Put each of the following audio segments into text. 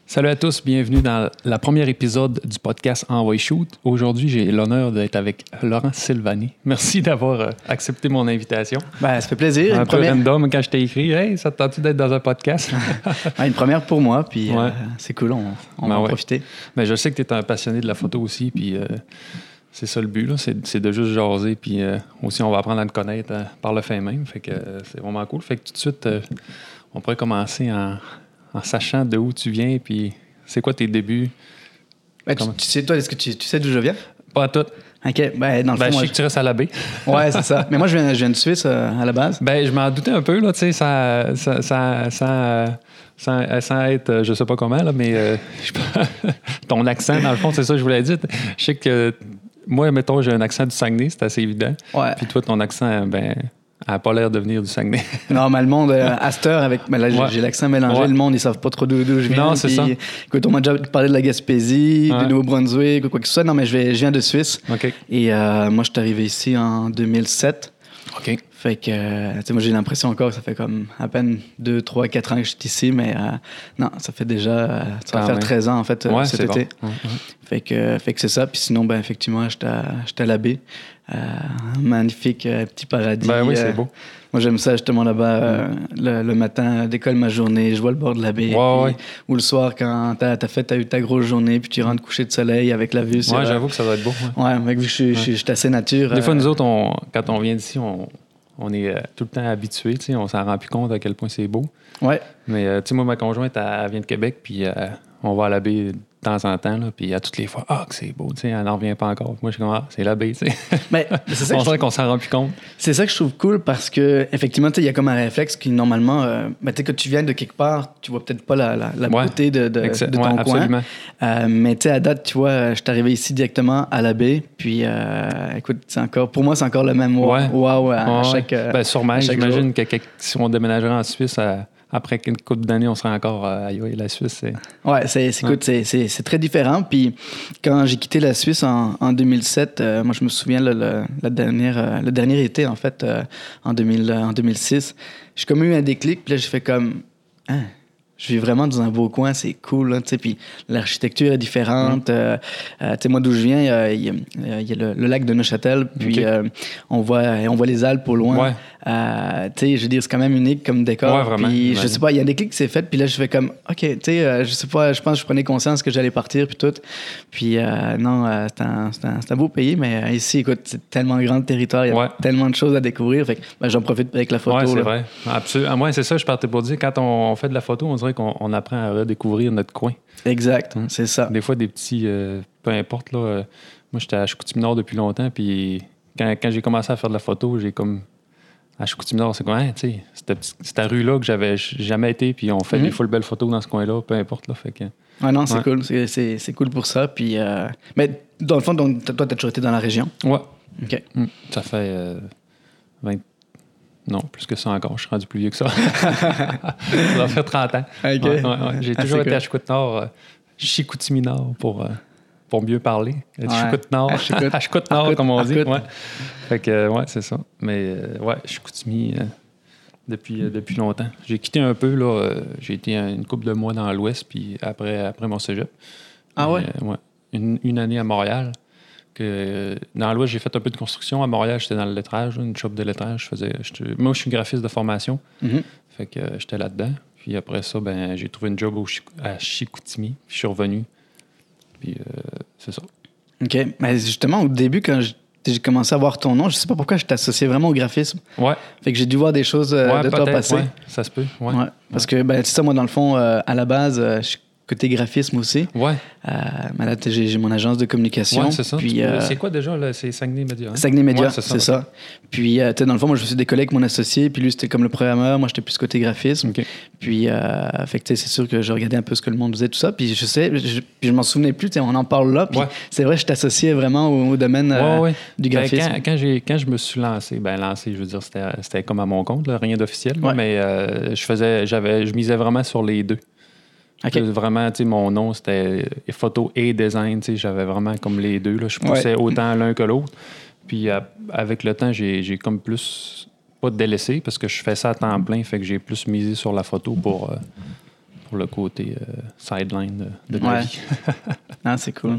Salut à tous, bienvenue dans le premier épisode du podcast Envoy Shoot. Aujourd'hui, j'ai l'honneur d'être avec Laurent Silvani. Merci d'avoir accepté mon invitation. Ben, ça fait plaisir. Un peu random quand je t'ai écrit « Hey, ça te tente d'être dans un podcast? » Une première pour moi, puis c'est cool, on va en profiter. Ben, je sais que tu es un passionné de la photo aussi, puis c'est ça le but, là, c'est de juste jaser, puis aussi on va apprendre à te connaître par le fait même, fait que c'est vraiment cool. Fait que tout de suite, on pourrait commencer en sachant de où tu viens, puis c'est quoi tes débuts? Ben, tu sais, toi, est-ce que tu sais d'où je viens? Pas à tout. OK. Ben, dans le fond, je sais que tu restes à la baie. Ouais, c'est ça. Mais moi, je viens de Suisse à la base. Ben, je m'en doutais un peu, là, tu sais, sans être, je sais pas comment, là, mais ton accent, dans le fond, c'est ça que je voulais dire. Je sais que moi, mettons, j'ai un accent du Saguenay, c'est assez évident. Ouais. Puis toi, ton accent, ben, elle n'a pas l'air de venir du Saguenay. Non, mais le monde, à cette heure, j'ai l'accent mélangé, le monde, ils savent pas trop d'où je viens. Non, c'est ça. Écoute, on m'a déjà parlé de la Gaspésie, du Nouveau-Brunswick, ou quoi que ce soit. Non, mais je viens de Suisse. OK. Et moi, je suis arrivé ici en 2007. OK. Fait que, tu sais, moi, j'ai l'impression encore que ça fait comme à peine 2, 3, 4 ans que je suis ici, mais non, ça fait déjà, ça va faire 13 ans, en fait, cet été. Bon. Fait que c'est ça. Puis sinon, ben, effectivement, j'étais à la baie. Magnifique petit paradis. Ben oui, c'est beau. Moi, j'aime ça, justement, là-bas, le matin, décolle ma journée, je vois le bord de la baie. Ou le soir, quand t'as eu ta grosse journée, puis tu rentres coucher de soleil avec la vue. Ouais, j'avoue que ça doit être beau. Ouais, mec, vu que je suis assez nature. Des fois, nous autres, quand on vient d'ici, on est tout le temps habitués, tu sais, on s'en rend plus compte à quel point c'est beau. Ouais. Mais, tu sais, moi, ma conjointe, elle vient de Québec, puis on va à la baie de temps en temps, là, puis à toutes les fois, que c'est beau, tu sais, elle n'en revient pas encore. Moi, je suis comme, c'est la baie, tu sais. Mais c'est ça. On dirait qu'on s'en rend plus compte. C'est ça que je trouve cool parce que, effectivement, tu sais, il y a comme un réflexe qui, normalement, tu sais, quand tu viens de quelque part, tu vois peut-être pas la beauté de ton coin. Mais, tu sais, à date, tu vois, je suis arrivé ici directement à la baie, puis, écoute, pour moi, c'est encore le même wow à chaque. Ben, sûrement, j'imagine jour. que si on déménagerait en Suisse, après une couple d'années, on serait encore la Suisse. Ouais, c'est très différent. Puis quand j'ai quitté la Suisse en 2007, moi je me souviens le dernier été en fait en 2006, j'ai comme eu un déclic. Puis là j'ai fait comme je vis vraiment dans un beau coin, c'est cool, tu sais. Puis l'architecture est différente. Tu sais, moi d'où je viens, il y a le lac de Neuchâtel, puis on voit les Alpes au loin. Tu sais, je veux dire, c'est quand même unique comme décor. Ouais, vraiment. Puis je sais pas, il y a un déclic qui s'est fait, puis là je fais comme, ok, tu sais, je sais pas, je pense que je prenais conscience que j'allais partir, puis tout. Puis non, c'est un beau pays, mais ici, écoute, c'est tellement grand le territoire, il y a tellement de choses à découvrir, fait que j'en profite avec la photo. Ouais, c'est vrai. Absolument. Moi, c'est ça, je partais pour dire, quand on fait de la photo, on dirait qu'on apprend à redécouvrir notre coin. Exact, c'est ça. Des fois, des petits, peu importe, là. Moi, j'étais à Chicoutimi-Nord depuis longtemps, puis quand j'ai commencé à faire de la photo, j'ai comme... À Chicoutimi-Nord, c'est comme, tu sais, cette rue-là que j'avais jamais été, puis on fait des full belles photos dans ce coin-là, peu importe, là, fait que... Ah non, c'est cool, c'est cool pour ça, puis... Mais dans le fond, toi, t'as toujours été dans la région? Ouais. OK. Ça fait 20... Non, plus que ça encore, je suis rendu plus vieux que ça. Ça doit faire 30 ans. OK. Ouais. J'ai toujours été à Chicoutimi-Nord pour mieux parler. Chicoutimi-Nord, comme on dit. Ouais. Fait que, c'est ça. Mais, Chicoutimi, depuis longtemps. J'ai quitté un peu, là. J'ai été une couple de mois dans l'Ouest, puis après mon cégep. Ah ouais? Une année à Montréal. Dans l'Ouest, j'ai fait un peu de construction. À Montréal, j'étais dans le lettrage, une shop de lettrage. Moi, je suis graphiste de formation. Fait que j'étais là-dedans. Puis après ça, j'ai trouvé une job à Chicoutimi. Puis je suis revenu. Puis c'est ça. OK. Mais justement, au début, quand j'ai commencé à voir ton nom, je sais pas pourquoi je t'associais vraiment au graphisme. Ouais. Fait que j'ai dû voir des choses de toi passer. Ouais, ça se peut. Ouais. Parce que, c'est ça, moi, dans le fond, à la base, je suis côté graphisme aussi. Ouais. Mais là, j'ai mon agence de communication. Ouais, c'est ça. Puis, c'est quoi déjà, là? C'est Saguenay Média? Hein? Saguenay Média, c'est ça. Puis, tu sais, dans le fond, moi, je me suis décollé avec mon associé, puis lui, c'était comme le programmeur. Moi, j'étais plus côté graphisme. Okay. Puis, fait que, tu sais, c'est sûr que je regardais un peu ce que le monde faisait, tout ça. Puis, je m'en souvenais plus, tu sais, on en parle là. Puis, c'est vrai, je t'associais vraiment au domaine du graphisme. Quand je me suis lancé, je veux dire, c'était comme à mon compte, là, rien d'officiel. Ouais. Mais je misais vraiment sur les deux. Okay. Vraiment, tu sais, mon nom, c'était photo et design. Tu sais, j'avais vraiment comme les deux. Là. Je poussais autant l'un que l'autre. Puis avec le temps, j'ai comme plus pas délaissé parce que je fais ça à temps plein. Fait que j'ai plus misé sur la photo pour pour le côté sideline de ma vie. Ah, c'est cool.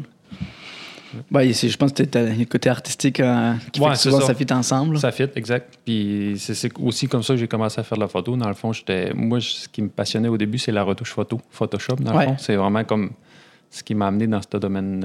Ouais, je pense que tu as le côté artistique qui fait que souvent ça fit ensemble. Ça fit, exact. Puis c'est aussi comme ça que j'ai commencé à faire de la photo. Dans le fond, moi, ce qui me passionnait au début, c'est la retouche photo, Photoshop, dans le fond. C'est vraiment comme ce qui m'a amené dans ce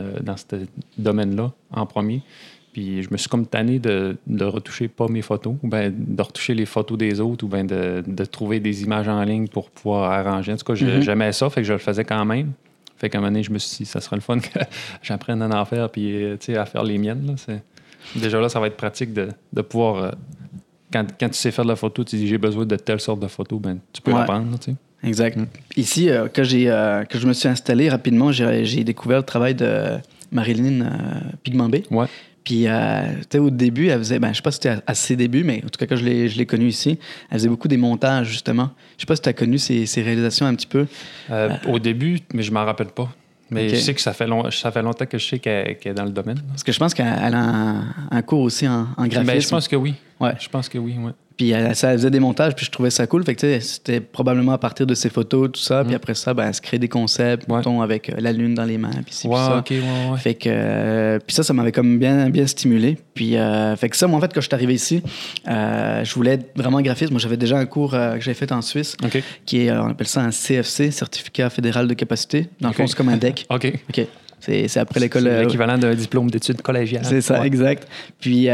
domaine-là en premier. Puis je me suis comme tanné de retoucher pas mes photos, ou bien de retoucher les photos des autres, ou bien de trouver des images en ligne pour pouvoir arranger. En tout cas, j'aimais ça, fait que je le faisais quand même. Fait qu'à un moment donné, je me suis dit, ça serait le fun que j'apprenne à en faire, puis à faire les miennes. Là. Déjà là, ça va être pratique de pouvoir... quand tu sais faire de la photo, tu dis, j'ai besoin de telle sorte de photo, ben tu peux l'apprendre. Exact. Ici, quand je me suis installé rapidement, j'ai découvert le travail de Marilyn Pigment-B. Ouais. Puis, au début, elle faisait, je sais pas si c'était à ses débuts, mais en tout cas, quand je l'ai connue ici, elle faisait beaucoup des montages, justement. Je sais pas si tu as connu ses réalisations un petit peu. Au début, mais je m'en rappelle pas. Mais je sais que ça fait longtemps que je sais qu'elle est dans le domaine. Là. Parce que je pense qu'elle a un cours aussi en graphisme. Ben, je pense que oui. Ouais. Je pense que oui, ouais. Puis elle faisait des montages, puis je trouvais ça cool. Fait que c'était probablement à partir de ses photos, tout ça. Puis après ça, elle se crée des concepts, mettons, avec la lune dans les mains, puis ci, puis ça. OK, ouais. Fait que puis ça m'avait comme bien stimulé. Puis fait que ça, moi, en fait, quand je suis arrivé ici, je voulais être vraiment graphiste. Moi, j'avais déjà un cours que j'avais fait en Suisse, qui est, on appelle ça un CFC, Certificat fédéral de capacité. Dans le fond, c'est comme un DEC. OK. C'est après l'école. C'est l'équivalent d'un diplôme d'études collégiales. C'est ça, exact. Puis,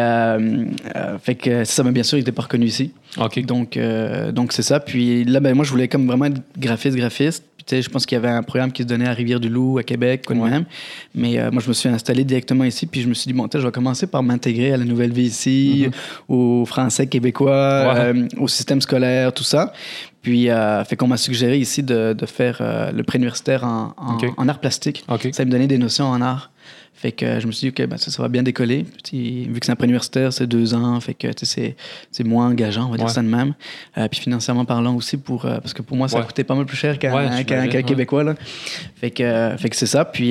fait que ça, bien sûr, il n'était pas reconnu ici. OK. Donc c'est ça. Puis là, moi, je voulais comme vraiment être graphiste. Puis, tu sais, je pense qu'il y avait un programme qui se donnait à Rivière-du-Loup, à Québec, quoi de même. Mais moi, je me suis installé directement ici. Puis, je me suis dit, je vais commencer par m'intégrer à la nouvelle vie ici, au français québécois, au système scolaire, tout ça. Puis, fait qu'on m'a suggéré ici de faire le préuniversitaire en art plastique. Ça me donnait des notions en art. Fait que je me suis dit, OK, ça va bien décoller. Puis, vu que c'est un préuniversitaire, c'est 2 ans. Fait que c'est moins engageant, on va dire ça de même. Puis financièrement parlant aussi, parce que pour moi, ça coûtait pas mal plus cher qu'un Québécois. Là. Fait que c'est ça. Puis...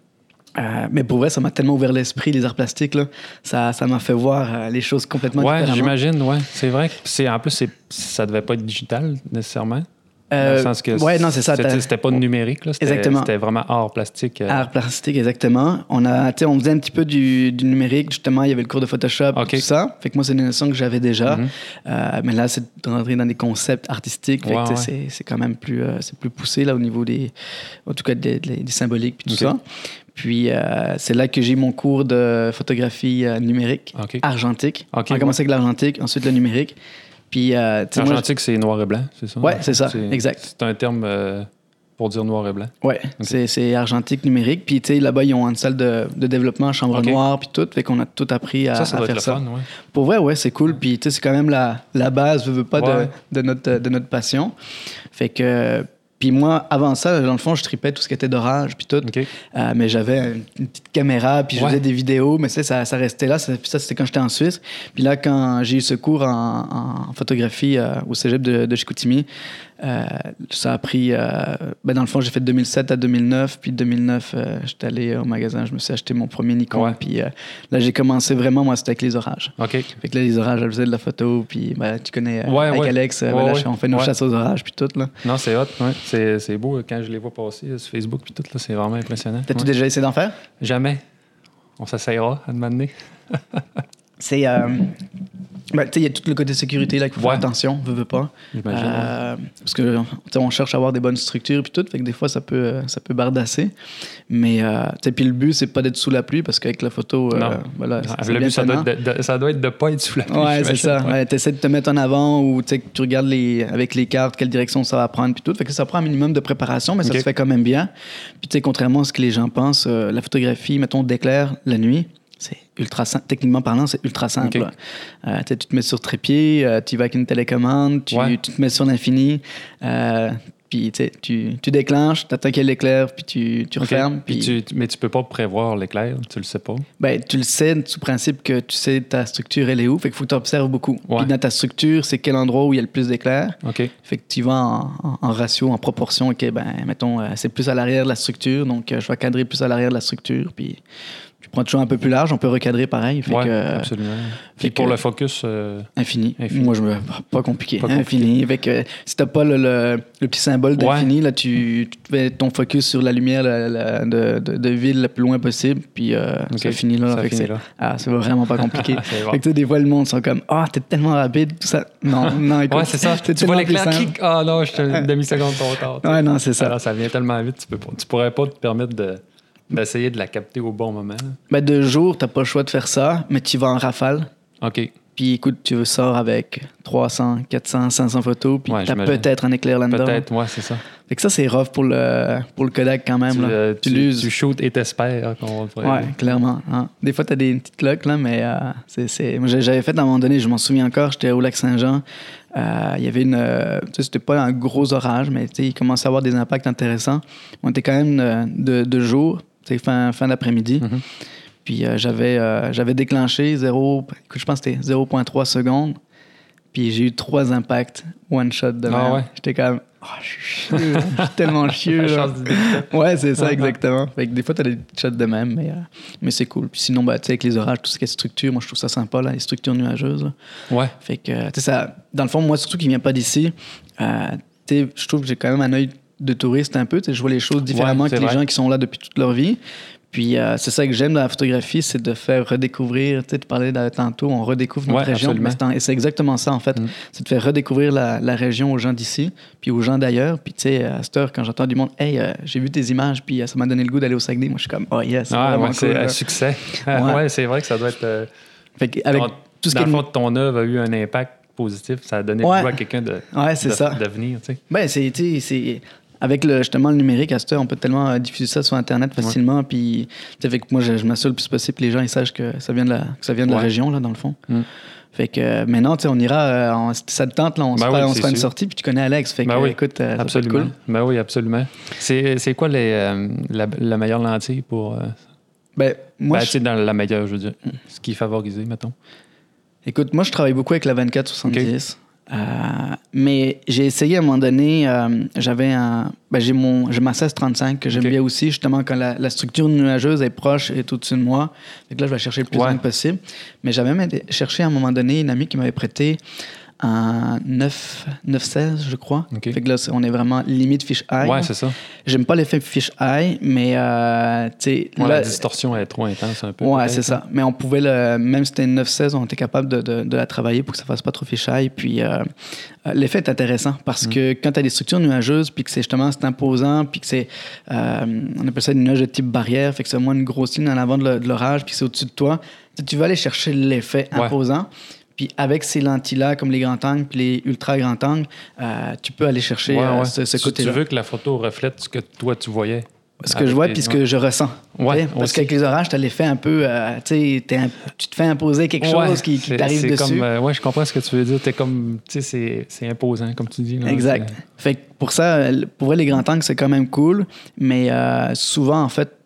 mais pour vrai, ça m'a tellement ouvert l'esprit, les arts plastiques. Là. Ça m'a fait voir les choses complètement différemment. Oui, j'imagine, C'est vrai. En plus, ça devait pas être digital, nécessairement. Dans le sens que non, c'est ça. C'était pas numérique. Là. C'était vraiment art plastique. Art plastique, exactement. On faisait un petit peu du numérique. Justement, il y avait le cours de Photoshop, tout ça. Fait que moi, c'est une notion que j'avais déjà. Mais là, c'est de rentrer dans des concepts artistiques. Fait que c'est quand même plus poussé là, au niveau en tout cas des symboliques puis tout ça. Puis, c'est là que j'ai eu mon cours de photographie numérique, argentique. On a commencé avec l'argentique, ensuite le numérique. Puis, argentique, c'est noir et blanc, c'est ça? Oui, c'est ça, exact. C'est un terme pour dire noir et blanc. Oui, c'est argentique numérique. Puis, tu sais, là-bas, ils ont une salle de développement, chambre noire, puis tout. Fait qu'on a tout appris à ça doit faire être ça. Le fun, Pour vrai, c'est cool. Puis, tu sais, c'est quand même la base, veux pas, de notre passion. Fait que... Puis moi, avant ça, dans le fond, je tripais tout ce qui était d'orage, puis tout. Mais j'avais une petite caméra, puis je faisais des vidéos, mais ça restait là. Puis ça, c'était quand j'étais en Suisse. Puis là, quand j'ai eu ce cours en photographie au cégep de Chicoutimi, ça a pris... dans le fond, j'ai fait de 2007 à 2009. Puis de 2009, j'étais allé au magasin, je me suis acheté mon premier Nikon. Puis là, j'ai commencé vraiment, moi, c'était avec les orages. Fait que là, les orages, je faisais de la photo. Puis tu connais, avec Alex, on fait nos chasses aux orages, puis tout. Là. Non, c'est hot, c'est beau quand je les vois passer sur Facebook, puis tout, là, c'est vraiment impressionnant. T'as-tu déjà essayé d'en faire? Jamais. On s'essayera à demander. C'est... il y a tout le côté sécurité là qu'il faut faire attention, veut pas. J'imagine. Parce que on cherche à avoir des bonnes structures puis tout, fait que des fois ça peut bardasser. Mais puis le but c'est pas d'être sous la pluie parce qu'avec la photo, le but ça doit être de pas être sous la pluie. Ouais, c'est ça. T'essaies de te mettre en avant ou que tu regardes avec les cartes quelle direction ça va prendre puis tout. Fait que ça prend un minimum de préparation, mais ça se fait quand même bien. Puis contrairement à ce que les gens pensent, la photographie, mettons d'éclair la nuit. C'est ultra simple. Techniquement parlant, c'est ultra simple. Tu te mets sur trépied, tu y vas avec une télécommande, tu te mets sur l'infini, puis tu déclenches, tu attends qu'il y ait l'éclair, puis tu refermes. Mais tu peux pas prévoir l'éclair, tu le sais pas? Tu le sais sous principe que tu sais ta structure, elle est où. Fait qu'il faut que tu observes beaucoup. Puis dans ta structure, c'est quel endroit où il y a le plus d'éclair. Fait que tu vas en ratio, en proportion. Mettons, c'est plus à l'arrière de la structure, donc je vais cadrer plus à l'arrière de la structure, puis prends toujours un peu plus large, on peut recadrer pareil. Oui, absolument. Puis pour le focus... Infini. Moi, pas compliqué. Infini. Fait que si t'as pas le petit symbole d'infini, là, tu fais ton focus sur la lumière de ville le plus loin possible, puis ça finit là. C'est vraiment pas compliqué. Fait que des fois, le monde sont comme « Ah, t'es tellement rapide. » Tout ça. Non, écoute. Ouais, c'est ça. Tu vois l'éclair qui... Ah non, je suis une demi-seconde trop tard. Ouais, non, c'est ça. Alors, ça vient tellement vite, tu pourrais pas te permettre d'essayer de la capter au bon moment. Ben, de jour, t'as pas le choix de faire ça, mais tu vas en rafale. OK. Puis écoute, tu sors avec 300, 400, 500 photos, puis t'as peut-être un éclair là-dedans. Peut-être, ouais, c'est ça. Fait que ça, c'est rough pour le Kodak quand même. Tu shootes et t'espères qu'on va ouais, clairement. Hein. Des fois, t'as des petites cloques, là, mais moi, j'avais fait à un moment donné, je m'en souviens encore, j'étais au lac Saint-Jean. Il y avait c'était pas un gros orage, mais il commençait à avoir des impacts intéressants. On était quand même de jour, fin d'après-midi. Mm-hmm. Puis j'avais déclenché je pense que c'était 0.3 secondes. Puis j'ai eu 3 impacts one shot de même. Ah ouais. J'étais comme, je suis tellement chieux. Ouais, c'est ça, exactement. Fait que des fois, t'as des shots de même, mais c'est cool. Puis sinon, tu sais, avec les orages, tout ce qui est structure, moi, je trouve ça sympa, là, les structures nuageuses. Là. Ouais. Fait que, tu sais, ça, dans le fond, moi, surtout qui vient pas d'ici, je trouve que j'ai quand même un œil de touriste un peu. Je vois les choses différemment que les gens qui sont là depuis toute leur vie. Puis c'est ça que j'aime dans la photographie, c'est de faire redécouvrir, tu sais, tu parlais tantôt, on redécouvre notre région. Et c'est exactement ça, en fait. C'est de faire redécouvrir la région aux gens d'ici, puis aux gens d'ailleurs. Puis tu sais, à cette heure, quand j'entends du monde, « Hey, j'ai vu tes images, puis ça m'a donné le goût d'aller au Saguenay. » Moi, je suis comme, « Oh yes, c'est vraiment cool. » C'est un succès. Ouais, c'est vrai que ça doit être... avec tout ce dans le fond, ton œuvre a eu un impact positif. Ça a donné le goût à quelqu'un de venir, tu sais. Ben, c'est avec justement le numérique, à cette heure, on peut tellement diffuser ça sur Internet facilement. Puis, fait que moi, je m'assure le plus possible que les gens ils sachent que ça vient de la région, là, dans le fond. Fait que maintenant, on ira, ça te tente, là, on se fera une sortie, puis tu connais Alex. Fait que, écoute, absolument. Ça peut être cool. Ben oui, absolument. C'est quoi la meilleure lentille pour. Moi, dans la meilleure, je veux dire. Ce qui est favorisé, mettons. Écoute, moi, je travaille beaucoup avec la 24-70. Okay. Mais j'ai essayé à un moment donné, j'ai ma 16-35 que j'aime bien aussi, justement quand la structure nuageuse est proche et tout au-dessus de moi. Fait que là, je vais chercher le plus loin possible. Mais j'avais même cherché à un moment donné une amie qui m'avait prêté un 9-16, je crois. Okay. Fait que là, on est vraiment limite fish-eye. Ouais, c'est ça. J'aime pas l'effet fish-eye, mais tu sais... la distorsion est trop intense un peu. Ouais, c'est ça. Mais on pouvait, même si c'était une 9-16, on était capable de la travailler pour que ça fasse pas trop fish-eye. Puis l'effet est intéressant parce que quand tu as des structures nuageuses, puis que c'est imposant, puis que c'est... on appelle ça une nuage de type barrière, fait que c'est moins une grosse ligne en avant de l'orage, puis c'est au-dessus de toi. Tu vas aller chercher l'effet imposant. Puis avec ces lentilles-là, comme les grands angles puis les ultra grands angles, tu peux aller chercher ce côté-là. Tu veux que la photo reflète ce que toi, tu voyais. Ce que je vois puis ce que je ressens. Ouais, parce qu'avec les orages, tu as l'effet un peu... tu te fais imposer quelque chose qui t'arrive dessus. Je comprends ce que tu veux dire. T'es comme... Tu sais, c'est imposant, comme tu dis. Là, exact. Fait que pour ça, pour vrai, les grands angles, c'est quand même cool. Mais souvent, en fait,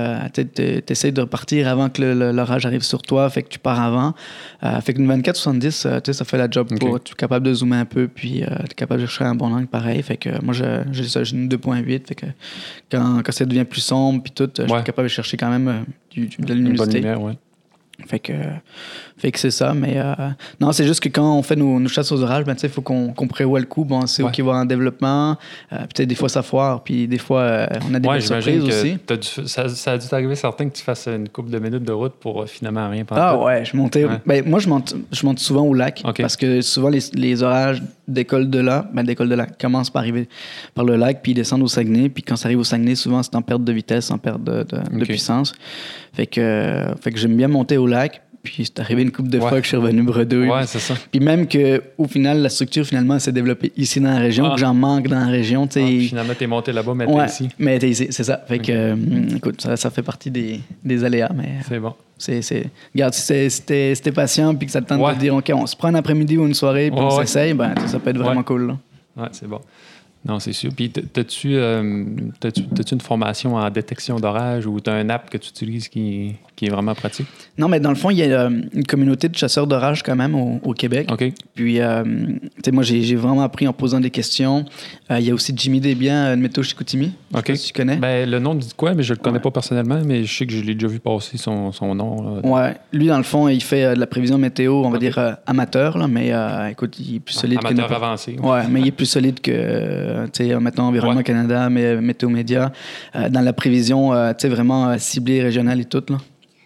tu essaies de repartir avant que l'orage arrive sur toi, fait que tu pars avant. Fait qu'une 24-70, ça fait la job pour... Tu es capable de zoomer un peu, puis tu es capable de chercher un bon angle pareil. Fait que moi, j'ai une 2.8, fait que quand ça devient plus sombre, puis tout, je suis capable de chercher quand même de la luminosité. Une bonne lumière, Fait que c'est ça, mais non, c'est juste que quand on fait nos chasses aux orages, il faut qu'on prévoit le coup. Bon, c'est où qu'il va en développement. Peut-être des fois ça foire, puis des fois on a des belles surprises aussi. Ça a dû t'arriver certain que tu fasses une couple de minutes de route pour finalement rien prendre. Ah ouais, je montais. Ben, moi, je monte souvent au lac parce que souvent les orages décollent de là, commencent par arriver par le lac, puis ils descendent au Saguenay. Puis quand ça arrive au Saguenay, souvent c'est en perte de vitesse, en perte de puissance. Fait que j'aime bien monter au lac. Puis c'est arrivé une couple de fois que je suis revenu bredouille. Ouais, c'est ça. Puis même qu'au final, la structure finalement s'est développée ici dans la région, que j'en manque dans la région. Finalement, t'es monté là-bas, mais t'es ici. Mais t'es ici, c'est ça. Fait que, écoute, ça fait partie des aléas. Mais c'est bon. Regarde, si t'es patient puis que ça te tente de dire, OK, on se prend un après-midi ou une soirée puis on s'essaye, ça peut être vraiment cool. Là. Ouais, c'est bon. Non, c'est sûr. Puis, t'as-tu une formation en détection d'orage ou t'as un app que tu utilises qui est vraiment pratique? Non, mais dans le fond, il y a une communauté de chasseurs d'orage quand même au Québec. OK. Puis, tu sais, moi, j'ai vraiment appris en posant des questions. Il y a aussi Jimmy Desbiens de Météo Chicoutimi. Je sais pas si tu connais. Ben, le nom dit quoi, mais je le connais pas personnellement, mais je sais que je l'ai déjà vu passer son nom. Là. Ouais. Lui, dans le fond, il fait de la prévision météo, on va dire amateur, là, mais écoute, il est plus solide amateur avancé. Ouais, mais il est plus solide que, tu sais, maintenant, Environnement Canada, mais Météo Média, dans la prévision, tu sais, vraiment ciblée, régionale et tout, là.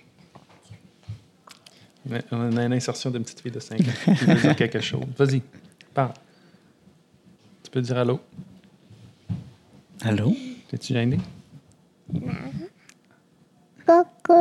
On a une insertion d'une petite fille de 5 ans qui veut dire quelque chose. Vas-y, parle. Tu peux dire allô? Allô? T'es-tu gêné? Coucou!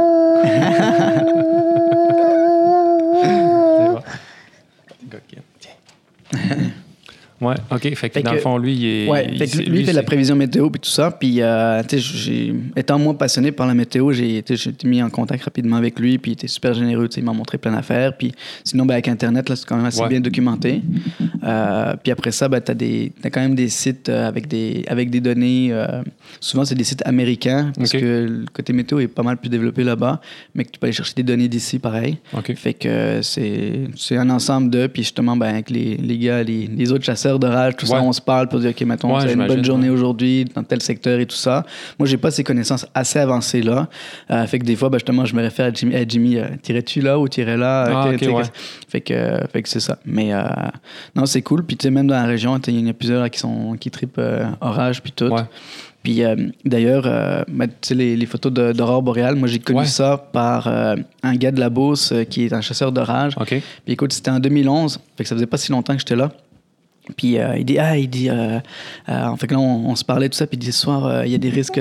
C'est bon. T'es coquine. Tiens. Ouais, OK. Fait que dans le fond, lui, il est... Ouais, fait que lui, il fait de la prévision météo puis tout ça. Puis, tu sais, étant moi passionné par la météo, j'ai été mis en contact rapidement avec lui. Puis, il était super généreux. Tu sais, il m'a montré plein d'affaires. Puis, sinon, ben, avec Internet, là, c'est quand même assez bien documenté. Puis après ça, ben, t'as quand même des sites avec des données. Souvent, c'est des sites américains parce que le côté météo est pas mal plus développé là-bas. Mais que tu peux aller chercher des données d'ici, pareil. Fait que c'est un ensemble de. Puis, justement, ben, avec les gars, les autres chasseurs d'orage, tout ça, on se parle pour dire, OK, mettons, c'est une bonne journée aujourd'hui dans tel secteur et tout ça. Moi, j'ai pas ces connaissances assez avancées là. Fait que des fois, ben, justement, je me réfère à Jimmy. Hey, Jimmy, tirais-tu là ou tirais là? Fait que c'est ça. Mais non, c'est cool. Puis, tu sais, même dans la région, il y en a plusieurs là, qui trippent orage puis tout. Puis d'ailleurs, tu sais, les photos d'aurore boréale, moi j'ai connu ça par un gars de la Beauce qui est un chasseur d'orage. Puis écoute, c'était en 2011, fait que ça faisait pas si longtemps que j'étais là. Puis il dit, en fait que là on se parlait tout ça, puis il dit, ce soir, il y a des risques...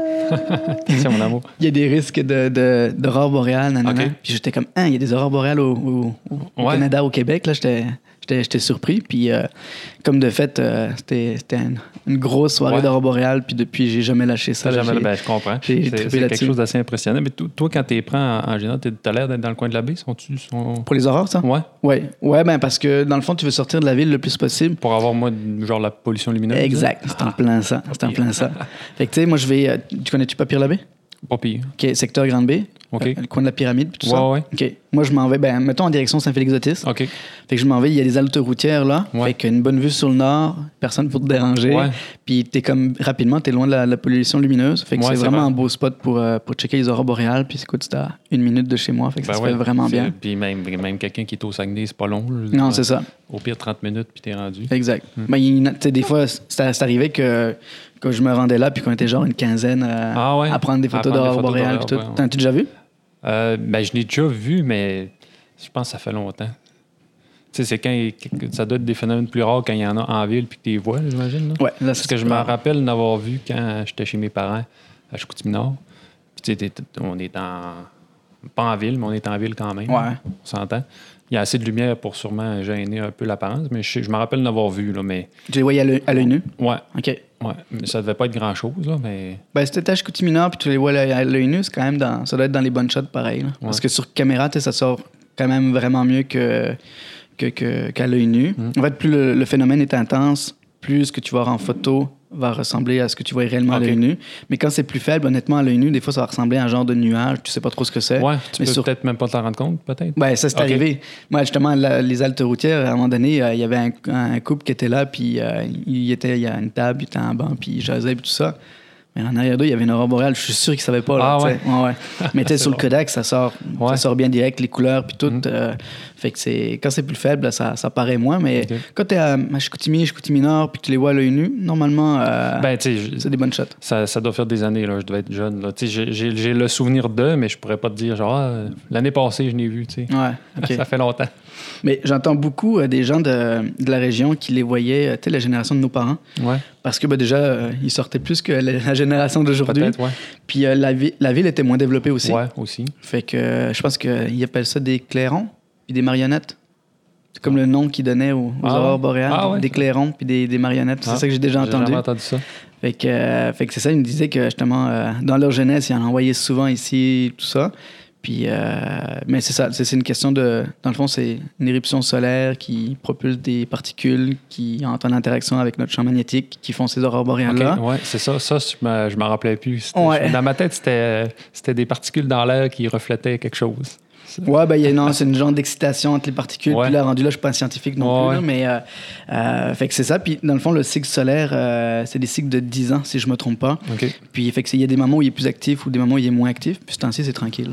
C'est mon amour. Il y a des risques d'aurore boréale, nanana. Puis j'étais comme, il y a des aurores boréales au Canada, au Québec, là, j'étais surpris. Puis, comme de fait, c'était une grosse soirée d'aurore boréale. Puis depuis, j'ai jamais lâché ça. Je comprends. C'est quelque chose d'assez impressionnant. Mais toi, quand tu les prends en général, tu as l'air d'être dans le coin de la baie. Pour les aurores, ça? Ouais, ben parce que dans le fond, tu veux sortir de la ville le plus possible. Pour avoir, genre, la pollution lumineuse. Exact. C'est en plein ça. Fait que, tu sais, moi, je vais... Tu connais-tu Papir-la-Baie? Pas pire. OK, secteur Grande-Baie. Le coin de la pyramide, puis tout ça. OK. Moi, je m'en vais, mettons en direction Saint-Félix-Otis. OK. Fait que je m'en vais, il y a des haltes routières là. Fait qu'une bonne vue sur le nord, personne pour te déranger. Puis t'es comme, rapidement, t'es loin de la pollution lumineuse. Fait que c'est vraiment un beau spot pour checker les aurores boréales. Puis écoute, c'est à 1 minute de chez moi. Fait que ça se fait vraiment bien. Puis même quelqu'un qui est au Saguenay, c'est pas long. Non, c'est ça. Au pire, 30 minutes, puis t'es rendu. Exact. Tu sais, des fois, c'est arrivé que quand je me rendais là, puis qu'on était genre une quinzaine à prendre des photos d'aurores boréales. T'en as-tu déjà vu? Je l'ai déjà vu, mais je pense que ça fait longtemps. Tu sais, c'est quand ça doit être des phénomènes plus rares quand il y en a en ville puis que tu les vois, j'imagine. Ouais, là, parce que je me rappelle d'avoir vu quand j'étais chez mes parents à Chicoutimi-Nord. Puis tu sais, on est pas en ville, mais on est en ville quand même. Ouais. On s'entend. Il y a assez de lumière pour sûrement gêner un peu l'apparence, mais je me rappelle d'avoir vu, là, mais... Tu les voyais à l'œil nu? Ouais. OK. Ouais, mais ça devait pas être grand-chose, là, mais... Si t'étais à Chicoutimi-Nord puis tu les vois à l'œil nu, c'est quand même ça doit être dans les bonnes shots pareil. Parce que sur caméra, ça sort quand même vraiment mieux qu'à l'œil nu. En fait, plus le phénomène est intense, plus ce que tu vas voir en photo va ressembler à ce que tu vois réellement à l'œil nu. Mais quand c'est plus faible, honnêtement, à l'œil nu, des fois, ça va ressembler à un genre de nuage. Tu sais pas trop ce que c'est. Ouais, tu peux peut-être même pas t'en rendre compte, peut-être. Ça, c'est arrivé. Moi, justement, les haltes routières, à un moment donné, il y avait un couple qui était là, puis il y a une table, il était en banc, puis il jasait, puis tout ça. Mais en arrière d'eux, il y avait une aurore boréale. Je suis sûr qu'ils ne savaient pas. Là, Mais tu sais, sur le Kodak, ça sort bien direct, les couleurs, puis tout. Fait que quand c'est plus faible, ça paraît moins. Mais quand tu es à Chicoutimi-Nord, puis que tu les vois à l'œil nu, normalement, c'est des bonnes shots. Ça doit faire des années, là. Je devais être jeune. Là. J'ai le souvenir d'eux, mais je pourrais pas te dire, genre, l'année passée, je l'ai vu. Ça fait longtemps. Mais j'entends beaucoup des gens de la région qui les voyaient, tu sais, la génération de nos parents. Parce que déjà, ils sortaient plus que la génération d'aujourd'hui. Peut-être, Puis la ville était moins développée aussi. Ouais, aussi. Fait que je pense qu'ils appellent ça des clairons puis des marionnettes. C'est comme le nom qu'ils donnaient aux aurores boréales. Des clairons puis des marionnettes. C'est ça que j'ai déjà entendu. J'ai jamais entendu ça. Fait que c'est ça, ils me disaient que justement, dans leur jeunesse, ils en envoyaient souvent ici, tout ça. Puis, mais c'est ça, c'est une question de... Dans le fond, c'est une éruption solaire qui propulse des particules qui entrent en interaction avec notre champ magnétique, qui font ces aurores boréales-là. Oui, c'est ça. Ça, je m'en rappelais plus. Dans ma tête, c'était des particules dans l'air qui reflétaient quelque chose. Ouais, c'est une genre d'excitation entre les particules. Puis là, rendu là, je suis pas scientifique non plus, là, mais fait que c'est ça. Puis dans le fond, le cycle solaire, c'est des cycles de 10 ans, si je me trompe pas. Okay. Puis fait que il y a des moments où il est plus actif ou des moments où il est moins actif. Puis ce temps-ci, c'est tranquille.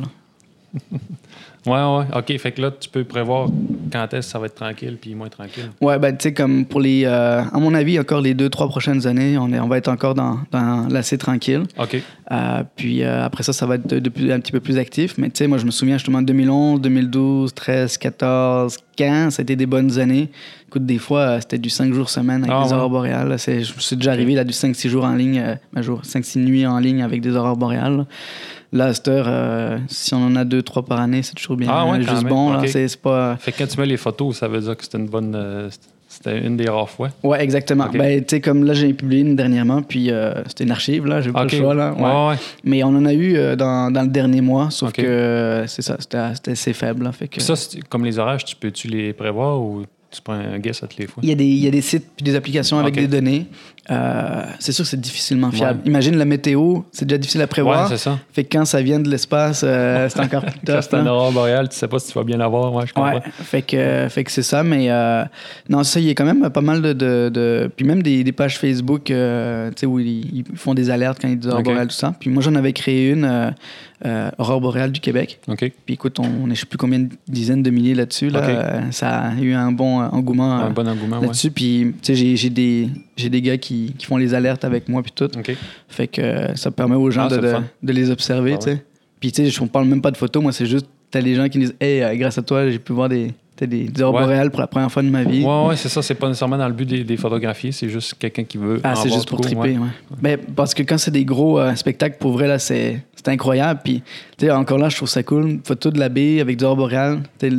Ouais. OK. Fait que là, tu peux prévoir quand est-ce que ça va être tranquille puis moins tranquille. Ouais, tu sais, comme pour les... à mon avis, encore les 2-3 prochaines années, on va être encore dans l'assez tranquille. OK. Puis après ça va être un petit peu plus actif. Mais tu sais, moi, je me souviens justement de 2011, 2012, 13, 14, 15, ça a été des bonnes années. Écoute, des fois, c'était du 5 jours semaine avec des aurores boréales. Là, je me suis déjà arrivé là, du 5-6 jours en ligne, 5-6 nuits en ligne avec des aurores boréales. Là, à cette heure, si on en a 2-3 par année, c'est toujours bien. Juste bon. Okay. Là, c'est pas... Fait que quand tu mets les photos, ça veut dire que c'était une bonne... c'était une des rares fois. Ouais, exactement. Okay. Tu sais, comme là, j'ai publié une dernièrement, puis c'était une archive, là, j'ai pas le choix, là. Ouais. Mais on en a eu dans le dernier mois, sauf que c'est ça, c'était assez faible. Là, fait que... Puis ça, comme les orages, peux-tu les prévoir ou tu prends un guess à toutes les fois? Il y a des sites puis des applications avec des données. C'est sûr que c'est difficilement fiable. Imagine la météo, c'est déjà difficile à prévoir. Ouais, c'est ça. Fait que quand ça vient de l'espace, c'est encore plus tough. Quand c'est un aurore boréale, tu sais pas si tu vas bien l'avoir. Ouais, je comprends. Ouais, fait que c'est ça, mais non, ça, il y a quand même pas mal de puis même des pages Facebook, tu sais, où ils font des alertes quand il y a des aurores boréales, tout ça. Puis moi, j'en avais créé une, Aurore boréale du Québec. Okay. Puis écoute, on est je sais plus combien de dizaines de milliers là-dessus. Là. Ça a eu un bon engouement, là-dessus. Puis tu sais, j'ai des gars qui font les alertes avec moi puis tout. Okay. Fait que ça permet aux gens de les observer, tu sais. Puis tu sais, on parle même pas de photos, moi c'est juste t'as les gens qui disent hey, grâce à toi, j'ai pu voir des aurores boréales pour la première fois de ma vie. Ouais, c'est ça. C'est pas nécessairement dans le but des photographies. C'est juste quelqu'un qui veut. C'est juste pour triper, ouais. Ben, parce que quand c'est des gros spectacles, pour vrai, là, c'est incroyable. Puis, tu sais, encore là, je trouve ça cool. Une photo de la baie avec des aurores boréales,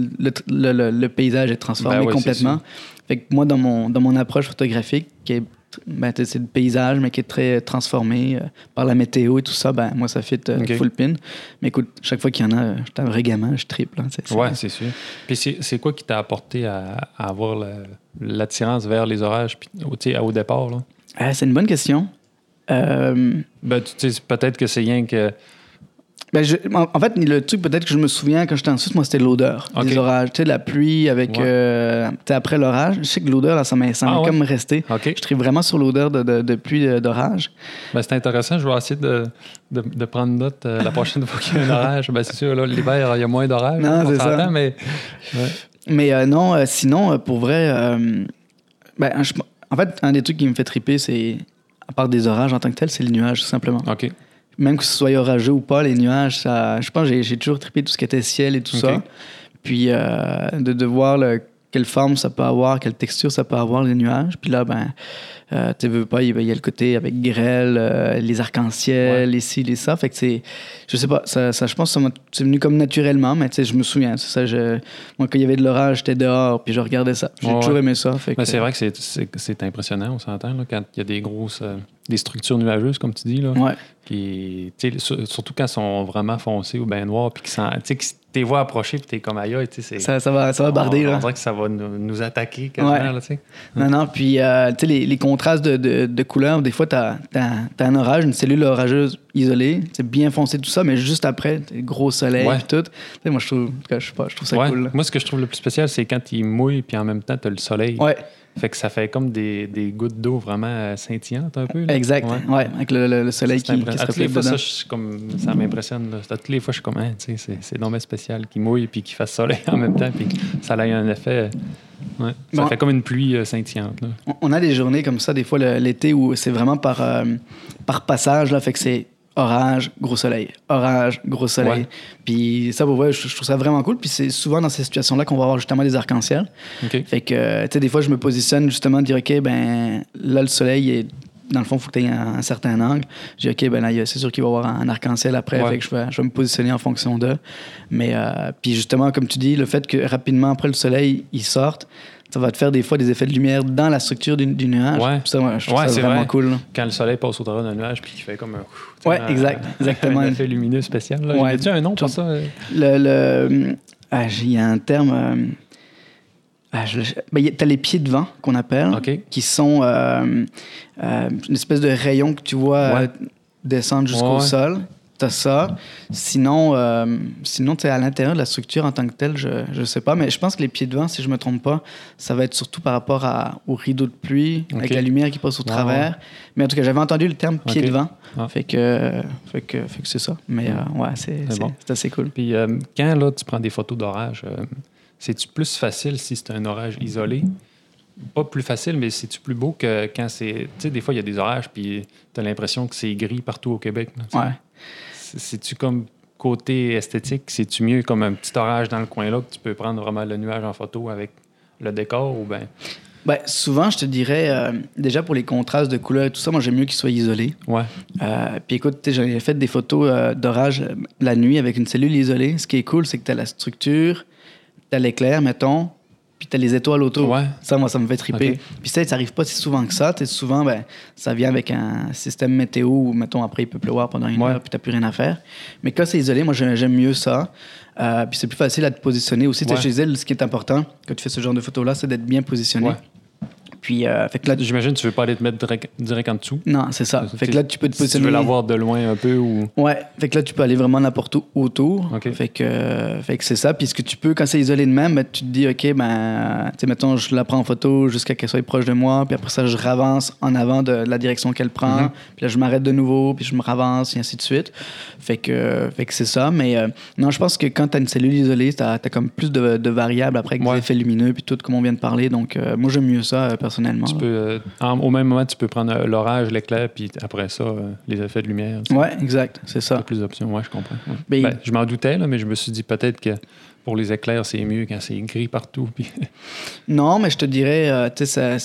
le paysage est transformé complètement. Fait que moi, dans mon approche photographique, qui est c'est le paysage, mais qui est très transformé par la météo et tout ça, moi, ça fit full pin. Mais écoute, chaque fois qu'il y en a, j'étais un vrai gamin, je triple. Hein, c'est sûr. Puis c'est quoi qui t'a apporté à avoir l'attirance vers les orages au départ? Là? C'est une bonne question. Tu sais, peut-être que c'est rien que... en fait, le truc peut-être que je me souviens quand j'étais en Suisse, moi, c'était l'odeur des orages. Tu sais, la pluie avec... après l'orage, je sais que l'odeur, là, ça m'est comme resté. Okay. Je tripe vraiment sur l'odeur de pluie d'orage. C'est intéressant. Je vais essayer de prendre note la prochaine fois qu'il y a un orage. C'est sûr, là, l'hiver, il y a moins d'orage. Non, c'est ça. Mais, non, sinon, pour vrai... en fait, un des trucs qui me fait triper, c'est... À part des orages en tant que tel, c'est les nuages, tout simplement. OK. Même que ce soit orageux ou pas, les nuages, ça, je pense que j'ai toujours trippé tout ce qui était ciel et tout ça. Puis de voir quelle forme ça peut avoir, quelle texture ça peut avoir, les nuages. Puis là, tu veux pas, il y a le côté avec grêle, les arcs-en-ciel, les ci, les ça. Fait que c'est, je sais pas, ça je pense que c'est venu comme naturellement, mais tu sais, je me souviens, c'est ça. Moi, quand il y avait de l'orage, j'étais dehors, puis je regardais ça. J'ai toujours aimé ça. Fait que, c'est vrai que c'est impressionnant, on s'entend, là, quand il y a des grosses... des structures nuageuses, comme tu dis, là. Ouais. Qui, surtout quand elles sont vraiment foncées ou bien noires, puis tu les vois approcher, puis t'es comme aïe, tu sais. Ça va barder, là. On dirait que ça va nous attaquer quasiment, là, tu sais. Non, puis, tu sais, les contrastes de couleurs, des fois, t'as un orage, une cellule orageuse isolée, c'est bien foncé, tout ça, mais juste après, t'as gros soleil, puis tout. Tu sais, moi, je trouve ça cool, là. Moi, ce que je trouve le plus spécial, c'est quand il mouille, puis en même temps, t'as le soleil. Ouais. Fait que ça fait comme des gouttes d'eau vraiment scintillantes un peu. Là. Exact, ouais, avec le soleil qui se reflète dedans. Ça m'impressionne. Là. Toutes les fois, je suis comme, c'est dommage spécial, qui mouille puis qui fasse soleil en même temps, puis ça a un effet... Ouais. Ça fait comme une pluie scintillante. Là. On a des journées comme ça, des fois, l'été, où c'est vraiment par passage, là, fait que c'est orage, gros soleil. Orage, gros soleil. Ouais. Puis ça, pour vrai, je trouve ça vraiment cool. Puis c'est souvent dans ces situations-là qu'on va avoir justement des arcs-en-ciel. Okay. Fait que, tu sais, des fois, je me positionne justement, de dire, OK, là, le soleil est... Dans le fond, il faut que tu aies un certain angle. Je dis, OK, là, c'est sûr qu'il va y avoir un arc-en-ciel après. Fait que je vais me positionner en fonction d'eux. Mais, puis justement, comme tu dis, le fait que rapidement, après le soleil, il sorte, ça va te faire des fois des effets de lumière dans la structure du nuage. Ouais. Ça, je trouve ça vraiment cool. Là. Quand le soleil passe au travers d'un nuage puis qu'il fait comme un... Ouais, exactement. Un effet lumineux spécial. Là. Ouais. Y a un nom pour ça? Il y a un terme... t'as les pieds de vent qu'on appelle, qui sont une espèce de rayon que tu vois descendre jusqu'au sol. T'as ça. Sinon tu es à l'intérieur de la structure en tant que telle, je sais pas, mais je pense que les pieds de vent, si je me trompe pas, ça va être surtout par rapport au rideau de pluie, avec la lumière qui passe au travers. Mais en tout cas, j'avais entendu le terme pied de vent. Fait que c'est ça. Mais c'est assez cool. Puis quand là, tu prends des photos d'orage, c'est-tu plus facile si c'est un orage isolé? Pas plus facile, mais c'est-tu plus beau que quand c'est... Tu sais, des fois, il y a des orages, puis tu as l'impression que c'est gris partout au Québec. Là, c'est-tu comme côté esthétique, c'est-tu mieux comme un petit orage dans le coin là que tu peux prendre vraiment le nuage en photo avec le décor ou bien... Ben, souvent, je te dirais, déjà pour les contrastes de couleurs et tout ça, moi, j'aime mieux qu'ils soient isolés. Puis écoute, j'ai fait des photos d'orage la nuit avec une cellule isolée. Ce qui est cool, c'est que tu as la structure, tu as l'éclair, mettons, puis tu as les étoiles autour. Ça, moi, ça me fait triper. Puis ça n'arrive pas si souvent que ça. Souvent, ça vient avec un système météo où, mettons, après, il peut pleuvoir pendant une heure, puis tu n'as plus rien à faire. Mais quand c'est isolé, moi, j'aime mieux ça. Puis c'est plus facile à te positionner aussi. Chez elle, ce qui est important quand tu fais ce genre de photos-là, c'est d'être bien positionné. Puis, fait que là, j'imagine que tu veux pas aller te mettre direct en dessous. Non, c'est ça. Fait que là, tu peux te positionner. Si tu veux l'avoir de loin un peu ou... Ouais. Fait que là, tu peux aller vraiment n'importe où autour. Fait que c'est ça. Puis ce que tu peux, quand c'est isolé de même, tu te dis, OK, tu sais, mettons, je la prends en photo jusqu'à qu'elle soit proche de moi. Puis après ça, je ravance en avant de la direction qu'elle prend. Puis là, je m'arrête de nouveau. Puis je me ravance et ainsi de suite. Fait que c'est ça. Mais non, je pense que quand tu as une cellule isolée, tu as comme plus de variables après avec des effets lumineux puis tout, comme on vient de parler. Donc, moi, j'aime mieux ça, personnellement. Tu peux, au même moment, tu peux prendre l'orage, l'éclair, puis après ça, les effets de lumière. Oui, exact, c'est ça. Plus d'options, je comprends. Je m'en doutais, là, mais je me suis dit peut-être que pour les éclairs, c'est mieux quand c'est gris partout. Puis... Non, mais je te dirais, tu sais,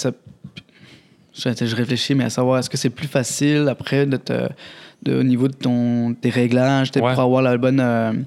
je réfléchis, mais à savoir, est-ce que c'est plus facile après au niveau de tes réglages, pour avoir la bonne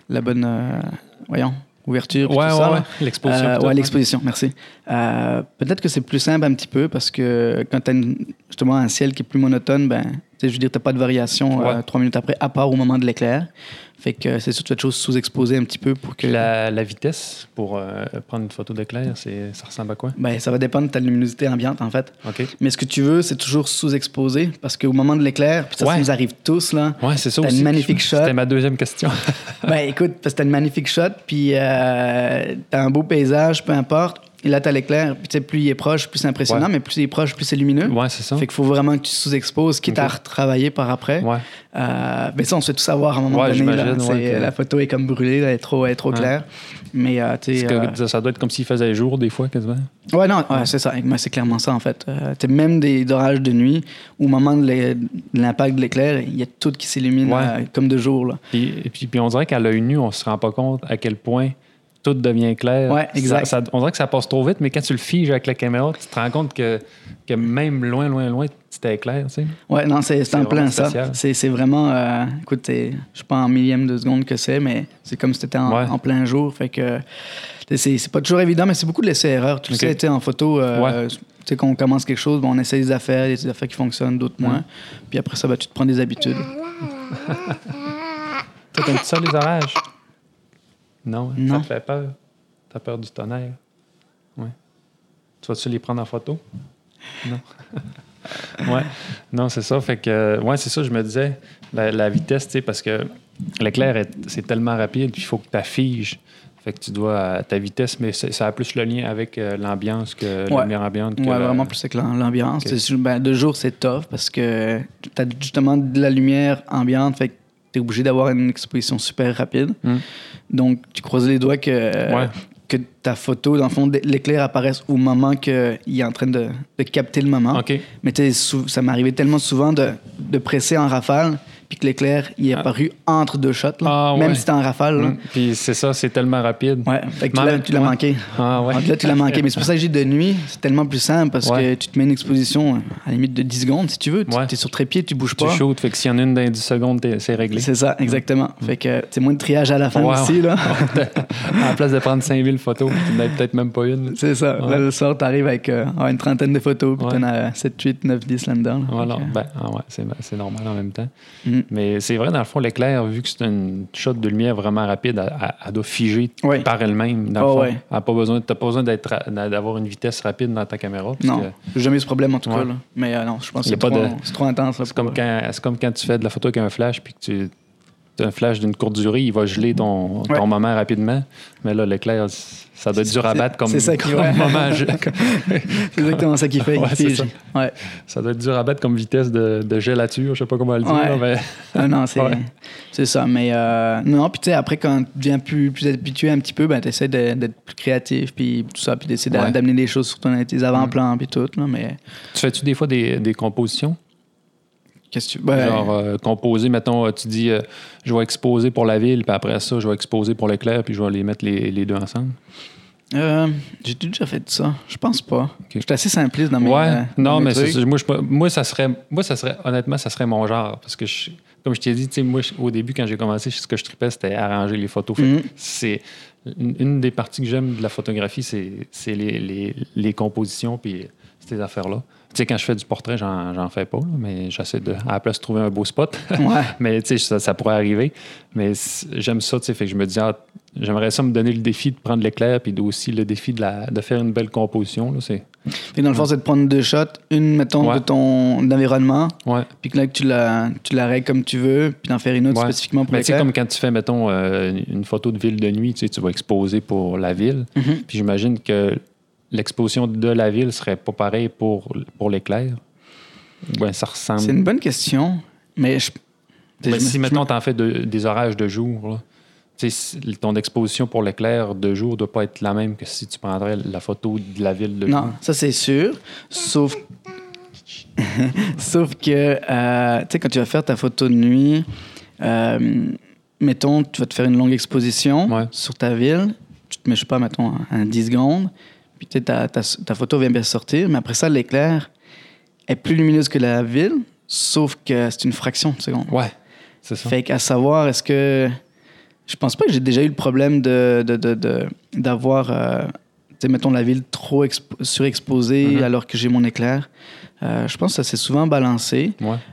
ouverture, tout ça. L'exposition. L'exposition, merci. Peut-être que c'est plus simple un petit peu parce que quand tu as justement un ciel qui est plus monotone, je veux dire, tu n'as pas de variation 3 minutes après, à part au moment de l'éclair. Fait que c'est sûr que tu as de choses sous-exposées un petit peu pour que... La vitesse pour prendre une photo d'éclair, ça ressemble à quoi? Ça va dépendre de ta luminosité ambiante, en fait. Mais ce que tu veux, c'est toujours sous-exposé parce qu'au moment de l'éclair, puis ça nous arrive tous, là. C'est ça aussi. T'as une magnifique shot. C'était ma deuxième question. Écoute, parce que t'as une magnifique shot, puis t'as un beau paysage, peu importe. Et là, t'as l'éclair, puis plus il est proche, plus c'est impressionnant, mais plus il est proche, plus c'est lumineux. C'est ça. Fait qu'il faut vraiment que tu sous-exposes, quitte à retravailler par après. Mais ça, on se fait tout savoir à un moment donné. Là, la photo est comme brûlée, là, elle est trop claire. Mais ça doit être comme s'il faisait jour, des fois, quasiment. C'est ça. C'est clairement ça, en fait. Même des orages de nuit, au moment de l'impact de l'éclair, il y a tout qui s'illumine comme de jour. Là. Et puis, on dirait qu'à l'œil nu, on se rend pas compte à quel point tout devient clair. Exact. On dirait que ça passe trop vite, mais quand tu le figes avec la caméra, tu te rends compte que même loin, c'était clair. Tu sais. Non, c'est en plein ça. C'est vraiment... écoute, je sais pas en millième de seconde que c'est, mais c'est comme si c'était en plein jour. Fait que c'est pas toujours évident, mais c'est beaucoup de laisser-erreur. Tu sais, en photo... tu sais, quand on commence quelque chose, on essaie des affaires, il y a des affaires qui fonctionnent, d'autres moins. Puis après ça, tu te prends des habitudes. Toi, t'aimes ça, les orages? Non, ça te fait peur. T'as peur du tonnerre. Tu vas-tu les prendre en photo? Non. Non, c'est ça. Fait que, c'est ça, je me disais, la vitesse, tu sais, parce que l'éclair, c'est tellement rapide, puis il faut que tu affiges. Fait que tu dois ta vitesse, mais ça a plus le lien avec l'ambiance que la lumière ambiante. Vraiment plus avec l'ambiance. De jour, c'est tough parce que tu as justement de la lumière ambiante, fait que tu es obligé d'avoir une exposition super rapide. Donc, tu croises les doigts que ta photo, dans le fond, l'éclair apparaisse au moment qu'il est en train de capter le moment. Mais ça m'est arrivé tellement souvent de presser en rafale, puis que l'éclair, il est apparu entre deux shots, là, même si c'était en rafale. Là. Puis c'est ça, c'est tellement rapide. Ouais, fait que tu l'as manqué. Donc là, tu l'as manqué. Mais c'est pour ça que j'ai de nuit, c'est tellement plus simple parce que tu te mets une exposition à la limite de 10 secondes, si tu veux. Tu es sur trépied, tu bouges pas. Tu shootes, fait que s'il y en a une dans 10 secondes, c'est réglé. C'est ça, exactement. Fait que c'est moins de triage à la fin aussi, là. À la place de prendre 5000 photos, tu n'en as peut-être même pas une. C'est ça. Là, le soir, tu arrives avec une trentaine de photos, puis tu en as 7, 8, 9, 10 là-dedans. Là. Voilà. C'est normal en même temps. Mais c'est vrai, dans le fond, l'éclair, vu que c'est une shot de lumière vraiment rapide, elle doit figer par elle-même. Dans le fond. Tu n'as pas besoin d'avoir une vitesse rapide dans ta caméra. Non, j'ai jamais eu ce problème en tout cas. Là. Mais non, je pense que c'est trop intense. Là, c'est comme quand tu fais de la photo avec un flash, puis que tu as un flash d'une courte durée, il va geler ton moment rapidement. Mais là, l'éclair, ça doit être dur à battre comme moment. C'est exactement ça qui fait. Ça doit être dur à battre comme vitesse de gélature, je sais pas comment le dire. Mais... non, c'est ça. Mais non, puis tu sais, après, quand tu deviens plus habitué un petit peu, ben, tu essaies d'être plus créatif, puis tout ça, puis d'essayer d'amener des choses sur tes avant-plans, puis tout. Là, mais... Tu fais-tu des fois des compositions? Qu'est-ce que genre composer, mettons, tu dis je vais exposer pour la ville, puis après ça, je vais exposer pour l'éclair, puis je vais les mettre les deux ensemble. J'ai déjà fait ça. Je pense pas. Okay. J'étais assez simpliste dans mes non, mais moi, ça serait honnêtement, ça serait mon genre. Parce que, comme je t'ai dit, moi, au début, quand j'ai commencé, ce que je tripais, c'était arranger les photos. C'est une des parties que j'aime de la photographie, c'est les compositions, puis ces affaires-là. Tu sais, quand je fais du portrait, j'en fais pas, là, mais j'essaie à la place de trouver un beau spot. Mais tu sais, ça pourrait arriver. Mais j'aime ça, tu sais, fait que je me dis, j'aimerais ça me donner le défi de prendre l'éclair, puis aussi le défi de faire une belle composition. Là, Puis dans le fond, c'est de prendre deux shots, une, mettons, de ton environnement, puis que là, tu la règles comme tu veux, puis d'en faire une autre spécifiquement pour l'éclair. Tu sais, comme quand tu fais, mettons, une photo de ville de nuit, tu sais, tu vas exposer pour la ville. Puis j'imagine que l'exposition de la ville serait pas pareil pour l'éclair? Ben, ça ressemble... C'est une bonne question, mais si, mettons, t'en fais des orages de jour, là, ton exposition pour l'éclair de jour ne doit pas être la même que si tu prendrais la photo de la ville de jour. Non, ça c'est sûr, sauf que, tu sais, quand tu vas faire ta photo de nuit, mettons, tu vas te faire une longue exposition sur ta ville, tu te mets, je sais pas, mettons, à 10 secondes, puis ta photo vient bien sortir, mais après ça, l'éclair est plus lumineuse que la ville, sauf que c'est une fraction de seconde. Ouais, c'est ça. Fait qu'à savoir, est-ce que... Je pense pas que j'ai déjà eu le problème d'avoir, tu sais, mettons, la ville trop surexposée alors que j'ai mon éclair. Je pense que ça s'est souvent balancé.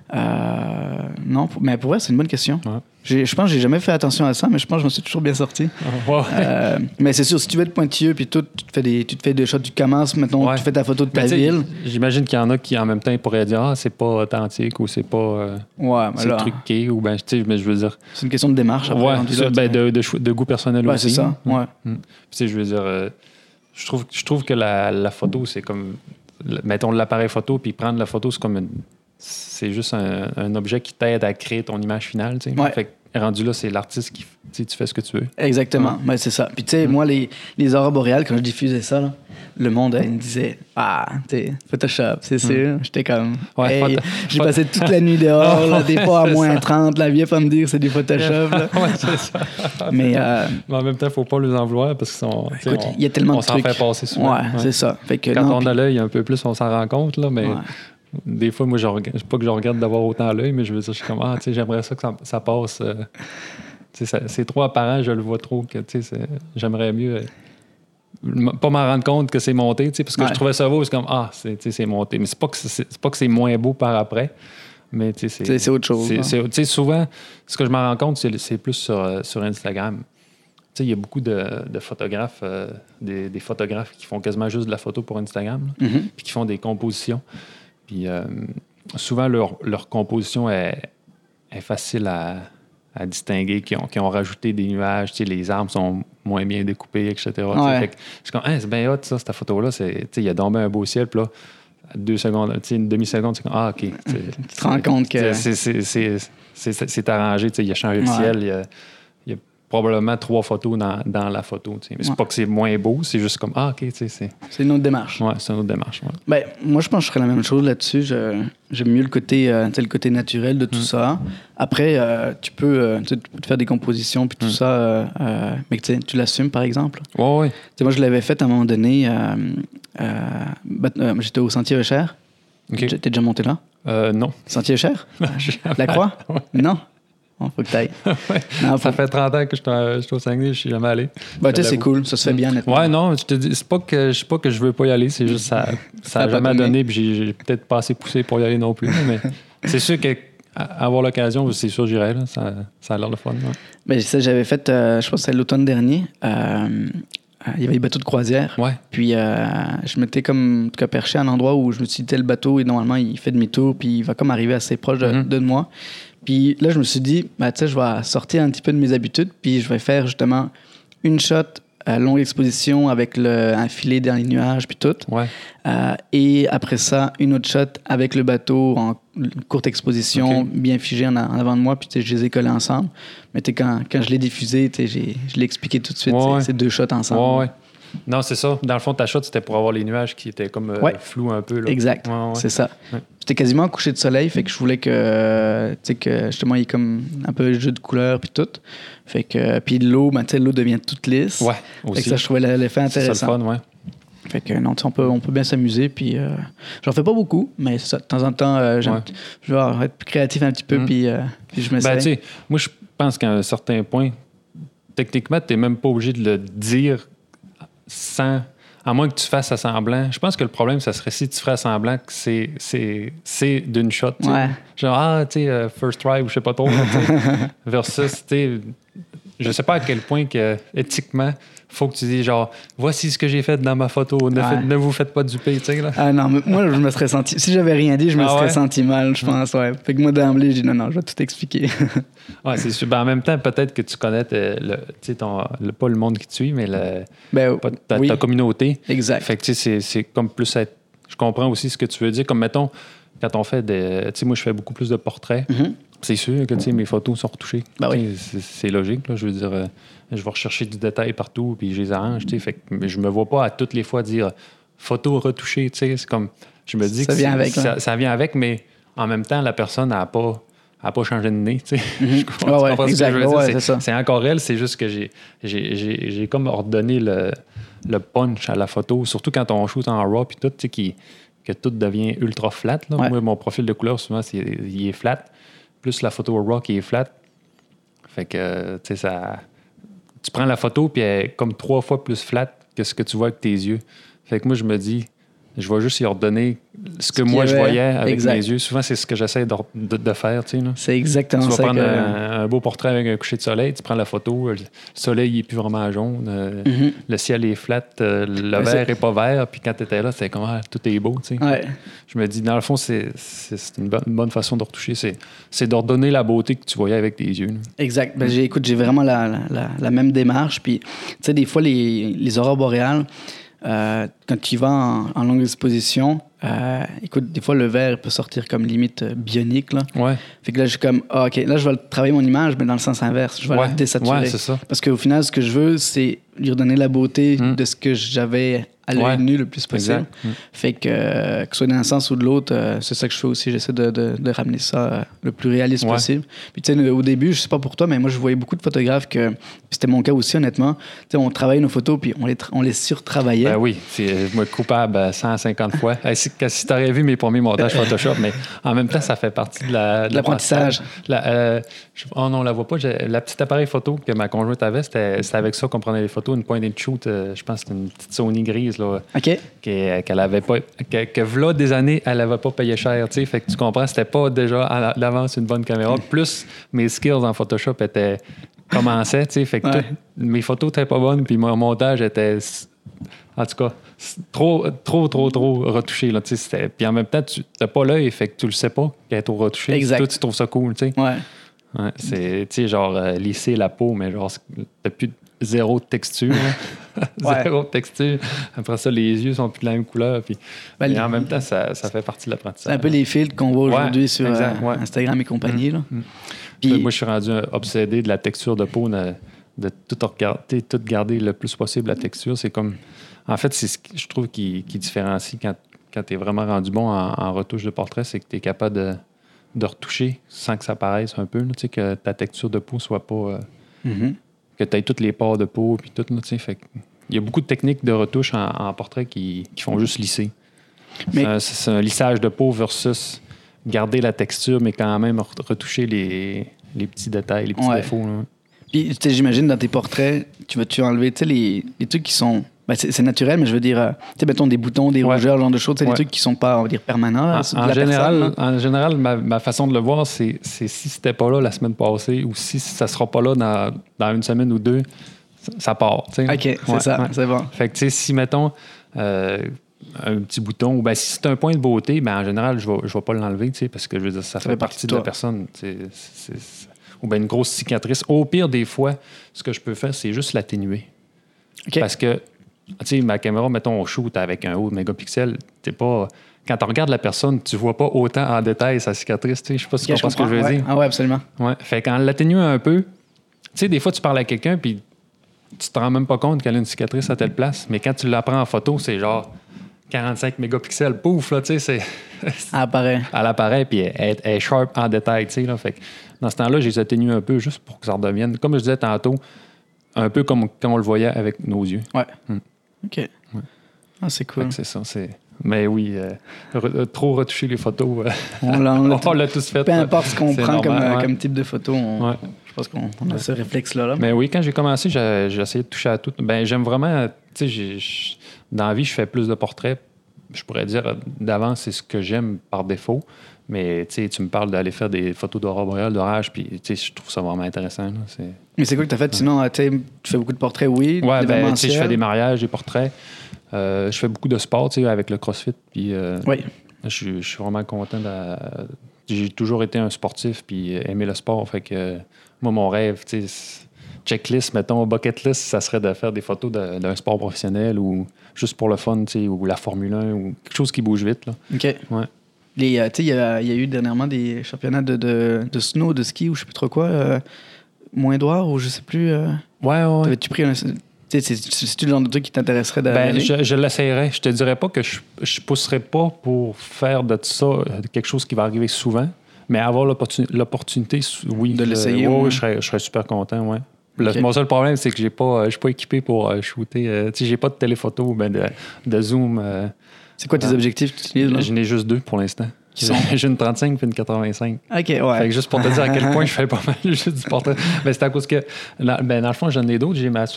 Non, mais pour vrai, c'est une bonne question. Je pense que j'ai jamais fait attention à ça, mais je pense que je me suis toujours bien sorti. Mais c'est sûr, si tu veux être pointilleux, puis tu te fais deux shots, tu commences, maintenant tu fais ta photo de ta ville. J'imagine qu'il y en a qui, en même temps, pourraient dire « Ah, c'est pas authentique » ou « C'est pas... c'est truqué » ou ben, tu sais, mais je veux dire... C'est une question de démarche. Après, de goût personnel aussi. C'est ça, Tu sais, je veux dire... Je trouve que la photo, c'est comme... Mettons l'appareil photo, puis prendre la photo, c'est comme c'est juste un objet qui t'aide à créer ton image finale. Tu sais. Fait que rendu là, c'est l'artiste qui... Tu fais ce que tu veux. Exactement. C'est ça. Puis tu sais, moi, les aurores boréales, quand je diffusais ça, là, le monde, il me disait « Ah, tu sais, Photoshop, c'est sûr. » J'étais comme « Hey, j'ai passé toute la nuit dehors, là, des fois à moins 30, la vieille pas me dire que c'est du Photoshop. » c'est ça. Mais en même temps, il ne faut pas les en vouloir parce il y a tellement de trucs. On s'en fait passer souvent. C'est ça. Fait que, quand on a l'œil un peu plus, on s'en rend compte, là, mais... Des fois, moi, pas que je regarde d'avoir autant l'œil, mais je veux dire, je suis comme, tu sais, j'aimerais ça que ça passe. C'est trop apparent, je le vois trop, que, tu sais, j'aimerais mieux pas m'en rendre compte que c'est monté, tu sais, parce que je trouvais ça beau, c'est comme, c'est monté. Mais c'est pas que c'est moins beau par après, mais, tu sais, c'est autre chose. Tu sais, souvent, ce que je m'en rends compte, c'est plus sur Instagram. Tu sais, il y a beaucoup de photographes, des photographes qui font quasiment juste de la photo pour Instagram, puis qui font des compositions. Puis souvent, leur composition est facile à distinguer, qui ont rajouté des nuages, tu sais, les arbres sont moins bien découpés, etc. Fait que je suis comme, c'est bien hot, ça, cette photo-là. Il y a donc un beau ciel, puis là, 2 secondes, une demi-seconde, c'est comme, OK. Tu te rends compte que... C'est arrangé, il a changé le ciel, il y a probablement 3 photos dans la photo. Mais c'est pas que c'est moins beau, c'est juste comme, OK, tu sais, c'est une autre démarche. Ouais, c'est une autre démarche. Ouais. Ben, moi, je pense que je ferais la même chose là-dessus. J'aime mieux le côté naturel de tout ça. Après, tu peux te faire des compositions puis tout ça, mais tu l'assumes, par exemple. Ouais. Moi, je l'avais fait à un moment donné. J'étais au Sentier Eucher. Okay. T'es déjà monté là? Non. Sentier Eucher? La Croix? Ouais. Non? Bon, faut que t'ailles. Ouais. Non, ça fait 30 ans que je suis au Saguenay, je suis jamais allé. Ben, tu sais, c'est cool, ça se fait bien, honnêtement. Ouais, non, je te dis, c'est pas que je veux pas y aller, c'est juste ça a jamais donné, puis j'ai peut-être pas assez poussé pour y aller non plus. Mais c'est sûr qu'avoir l'occasion, c'est sûr j'irai, là, ça a l'air de fun. Ouais. Ben, ça, j'avais fait, je pense que c'est l'automne dernier, il y avait des bateaux de croisière. Ouais. Puis je m'étais comme perché à un endroit où je me suis dit, tel bateau, et normalement, il fait demi-tour, puis il va comme arriver assez proche de moi. Puis là, je me suis dit, tu sais, je vais sortir un petit peu de mes habitudes, puis je vais faire justement une shot à longue exposition avec un filet dans les nuages, puis tout. Ouais. Et après ça, une autre shot avec le bateau en courte exposition, bien figé en avant de moi, puis je les ai collés ensemble. Mais quand je l'ai diffusé, je l'ai expliqué tout de suite, c'est 2 shots ensemble. Ouais. Non, c'est ça. Dans le fond, ta shot, c'était pour avoir les nuages qui étaient comme flous un peu. Là. Exact, c'est ça. Ouais. J'étais quasiment en coucher de soleil, fait que je voulais que justement, il y ait comme un peu de jeu de couleurs puis tout. Fait que, puis l'eau, l'eau devient toute lisse. Ouais, aussi. Fait que ça, je trouvais l'effet intéressant. C'est ça le fun, ouais. Fait que non, on peut bien s'amuser, puis j'en fais pas beaucoup, mais c'est ça, de temps en temps, je vais être plus créatif un petit peu, puis je m'essaie. Ben, tu sais, moi, je pense qu'à un certain point, techniquement, t'es même pas obligé de le dire sans... À moins que tu fasses à semblant. Je pense que le problème, ça serait si tu ferais à semblant que c'est d'une shot. Ouais. Genre, tu sais, first try ou je sais pas trop. Versus, tu sais, je sais pas à quel point que, éthiquement, faut que tu dis genre, voici ce que j'ai fait dans ma photo, ne vous faites pas duper, tu sais, là. Ah non, mais moi, je me serais senti... Si j'avais rien dit, je me serais senti mal, je pense, ouais. Fait que moi, d'emblée, j'ai dit non, je vais tout expliquer. Ouais, c'est sûr. Ben, en même temps, peut-être que tu connais, pas le monde qui te suit, mais ta communauté. Exact. Fait que, tu sais, c'est comme plus être... Je comprends aussi ce que tu veux dire. Comme, mettons, quand on fait des... Tu sais, moi, je fais beaucoup plus de portraits. Mm-hmm. C'est sûr que, tu sais, mes photos sont retouchées. Ben oui. C'est logique, là. Je veux dire, je vais rechercher du détail partout, puis je les arrange, tu sais. Fait que je me vois pas à toutes les fois dire photo retouchée, tu sais. C'est comme... Je me dis ça vient avec, ça vient avec, mais en même temps, la personne n'a pas changé de nez, tu sais. Mm-hmm. Tu comprends ce que je veux dire? C'est ça. C'est encore elle, c'est juste que j'ai comme ordonné le punch à la photo, surtout quand on shoot en RAW puis tout, tu sais, que tout devient ultra flat. Là. Ouais. Moi, mon profil de couleur, souvent, il est flat. Plus la photo RAW qui est flat. Fait que, tu sais, ça... Tu prends la photo, puis elle est comme 3 fois plus flat que ce que tu vois avec tes yeux. Fait que moi, je me dis... Je vais juste y ordonner ce que moi je voyais avec mes yeux. Souvent, c'est ce que j'essaie de faire. Tu sais, là. C'est exactement ça. Tu vas prendre un beau portrait avec un coucher de soleil, tu prends la photo, le soleil n'est plus vraiment jaune, le ciel est flat, le vert n'est pas vert, puis quand tu étais là, c'était comme tout est beau. Tu sais. Ouais. Je me dis, dans le fond, c'est une bonne façon de retoucher. C'est d'ordonner la beauté que tu voyais avec tes yeux. Là. Exact. Ben, j'ai vraiment la même démarche. Puis, tu sais, des fois, les aurores boréales, quand tu y vas en longue exposition, écoute, des fois, le vert peut sortir comme limite bionique. Là. Ouais. Fait que là, je suis comme, OK, là, je vais travailler mon image, mais dans le sens inverse. Je vais la désaturer. Ouais, c'est ça. Parce qu'au final, ce que je veux, c'est lui redonner la beauté de ce que j'avais à l'œil nu le plus possible. Fait que ce soit d'un sens ou de l'autre, c'est ça que je fais aussi. J'essaie de ramener ça le plus réaliste possible. Puis tu sais, au début, je sais pas pour toi, mais moi, je voyais beaucoup de photographes que... C'était mon cas aussi, honnêtement. Tu sais, on travaillait nos photos, puis on les surtravaillait. Ben oui, c'est moi coupable 150 fois. Si tu aurais vu mes premiers montages Photoshop, mais en même temps, ça fait partie de l'apprentissage. Oh non, on la voit pas. La petite appareil photo que ma conjointe avait, c'était avec ça qu'on prenait les photos. Une point and shoot, je pense que c'était une petite Sony grise. Là, qu'elle avait pas, que v'là des années, elle n'avait pas payé cher. T'sais. Fait que tu comprends, c'était pas déjà à l'avance une bonne caméra. Plus mes skills en Photoshop commençaient. Fait que mes photos étaient pas bonnes, puis mon montage était, en tout cas, trop retouché. Là, puis en même temps, tu n'as pas l'œil, fait que tu le sais pas qu'elle est trop retouchée. Exact. Toi, tu trouves ça cool. T'sais. Ouais. C'est genre lisser la peau, mais genre, t'as plus zéro texture. Zéro texture. Après ça, les yeux sont plus de la même couleur. Puis, et en même temps, ça fait partie de l'apprentissage. C'est un peu les filtres qu'on voit aujourd'hui sur Instagram et compagnie. Là. Puis, moi, je suis rendu obsédé de la texture de peau de tout garder le plus possible la texture. C'est comme... En fait, c'est ce que je trouve qui différencie quand tu es vraiment rendu bon en retouche de portrait, c'est que tu es capable de retoucher sans que ça paraisse un peu, là, que ta texture de peau soit pas... que tu aies toutes les pores de peau puis tout, là, fait il y a beaucoup de techniques de retouche en portrait qui font juste lisser. Mais... C'est un lissage de peau versus garder la texture, mais quand même retoucher les petits détails, les petits défauts. Là. Puis, j'imagine, dans tes portraits, tu vas-tu enlever les trucs qui sont... Ben, c'est naturel, mais je veux dire, mettons des boutons, des rougeurs, genre de choses, des trucs qui sont pas, on va dire, permanents. En général, ma façon de le voir, c'est si c'était pas là la semaine passée ou si ça sera pas là dans une semaine ou deux, ça part. T'sais. OK, c'est ça, c'est bon. Fait que, si, mettons, un petit bouton, ou si c'est un point de beauté, ben, en général, je vais pas l'enlever, parce que je veux dire, ça fait partie de la personne. Ou bien une grosse cicatrice. Au pire, des fois, ce que je peux faire, c'est juste l'atténuer. Okay. Parce que, ma caméra, mettons, on shoot avec un haut de mégapixels, t'es pas... Quand tu regardes la personne, tu vois pas autant en détail sa cicatrice. Je sais pas si tu comprends ce que je veux dire. Ah ouais, absolument. Ouais. Fait qu'en l'atténuant un peu, des fois, tu parles à quelqu'un, puis tu te rends même pas compte qu'elle a une cicatrice à telle place. Mais quand tu la prends en photo, c'est genre 45 mégapixels, pouf, là, tu sais, Elle apparaît. Elle apparaît, puis elle est sharp en détail, tu sais, là. Fait que dans ce temps-là, je les atténue un peu juste pour que ça redevienne, comme je disais tantôt, un peu comme on le voyait avec nos yeux. Ouais. OK. Ouais. Ah, c'est cool. C'est ça, Mais oui, trop retoucher les photos, on l'a tous fait. Peu importe ce qu'on prend comme type de photo, je pense qu'on a ce réflexe-là. Mais oui, quand j'ai commencé, j'ai essayé de toucher à tout. Ben, j'aime vraiment, tu sais, dans la vie, je fais plus de portraits. Je pourrais dire, d'avance, c'est ce que j'aime par défaut. Mais tu me parles d'aller faire des photos d'aurore boréale, d'orage, puis je trouve ça vraiment intéressant. Là. Mais c'est quoi que tu as fait? Sinon, tu fais beaucoup de portraits, oui. Ouais, je fais des mariages, des portraits. Je fais beaucoup de sport avec le CrossFit. Puis, oui. Je suis vraiment content. J'ai toujours été un sportif puis aimé le sport. Fait que moi, mon rêve, checklist, mettons, bucket list, ça serait de faire des photos d'un sport professionnel ou juste pour le fun, ou la Formule 1 ou quelque chose qui bouge vite. Là. OK. Ouais. Il y a eu dernièrement des championnats de snow, de ski ou je sais plus trop quoi, moins d'or ou je sais plus. Ouais. T'avais-tu pris un... C'est-tu le genre de truc qui t'intéresserait d'aller? Je l'essayerais. Je te dirais pas que je pousserais pas pour faire de ça quelque chose qui va arriver souvent, mais avoir l'opportunité, oui. De l'essayer. Oui, je serais super content, ouais. Okay. Mon seul problème, c'est que je suis pas équipé pour shooter. J'ai pas de téléphoto, de zoom. C'est quoi tes objectifs que tu utilises, là? J'en ai juste 2 pour l'instant. J'ai une 35 puis une 85. OK, ouais. Fait que juste pour te dire à quel point je fais pas mal juste du portrait. C'est à cause que, dans le fond, j'en ai d'autres. J'ai ma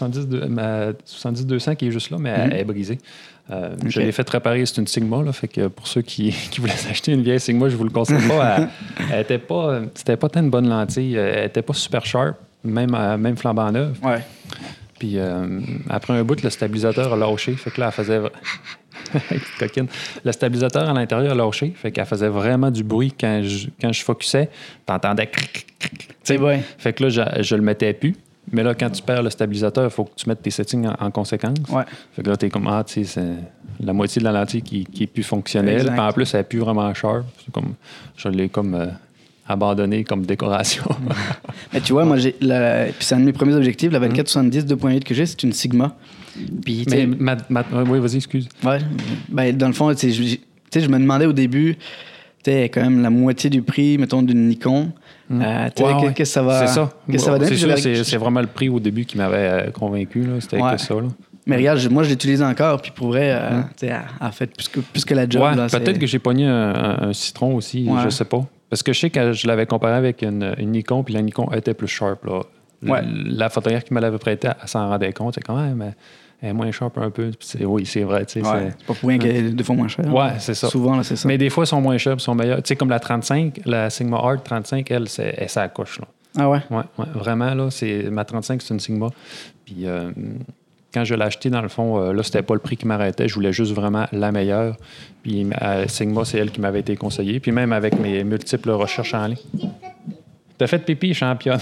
70-200 qui est juste là, mais elle est brisée. Je l'ai fait réparer, c'est une Sigma. Là, fait que pour ceux qui voulaient s'acheter une vieille Sigma, je vous le conseille pas. C'était pas tant une bonne lentille. Elle était pas super sharp, même flambant neuve. Ouais. Puis après un bout, le stabilisateur a lâché. Fait que là, elle faisait... coquine. Le stabilisateur à l'intérieur a lâché. Fait qu'elle faisait vraiment du bruit quand je focusais. T'entendais... C'est vrai. Fait que là, je le mettais plus. Mais là, quand tu perds le stabilisateur, il faut que tu mettes tes settings en conséquence. Ouais. Fait que là, t'es comme, tu sais, c'est la moitié de la lentille qui est plus fonctionnelle. Puis en plus, elle n'est plus vraiment sharp. Je l'ai comme... abandonné comme décoration. Mais tu vois, moi, puis c'est un de mes premiers objectifs, la 24-70 2.8 que j'ai, c'est une Sigma. Puis, oui, vas-y, excuse. Ouais. Ben, dans le fond, je me demandais au début, quand même la moitié du prix, mettons, d'une Nikon. Qu'est-ce que ça va... C'est ça. Qu'est-ce que ça va donner? C'est vraiment le prix au début qui m'avait convaincu. Là. C'était que ça. Là. Mais regarde, moi, je l'utilise encore, puis pour vrai, elle a fait plus que la job. Ouais, là, peut-être que j'ai pogné un citron aussi, je sais pas. Parce que je sais que je l'avais comparé avec une Nikon, puis la Nikon était plus sharp. Là. Ouais. La photographe qui me l'avait prêté, elle s'en rendait compte. C'est quand même, elle est moins sharp un peu. Oui, c'est vrai. C'est pas pour rien qu'elle est 2 fois moins chère. Ouais, c'est ça. Souvent, là, c'est ça. Mais des fois, elles sont moins chères, elles sont meilleures. Tu sais, comme la 35, la Sigma Art 35, elle, c'est à la couche. Là. Ah ouais? Ouais, vraiment, là, ma 35, c'est une Sigma. Puis quand je l'ai acheté, dans le fond, là, c'était pas le prix qui m'arrêtait. Je voulais juste vraiment la meilleure. Puis Sigma, c'est elle qui m'avait été conseillée. Puis même avec mes multiples recherches en ligne. T'as fait pipi, championne.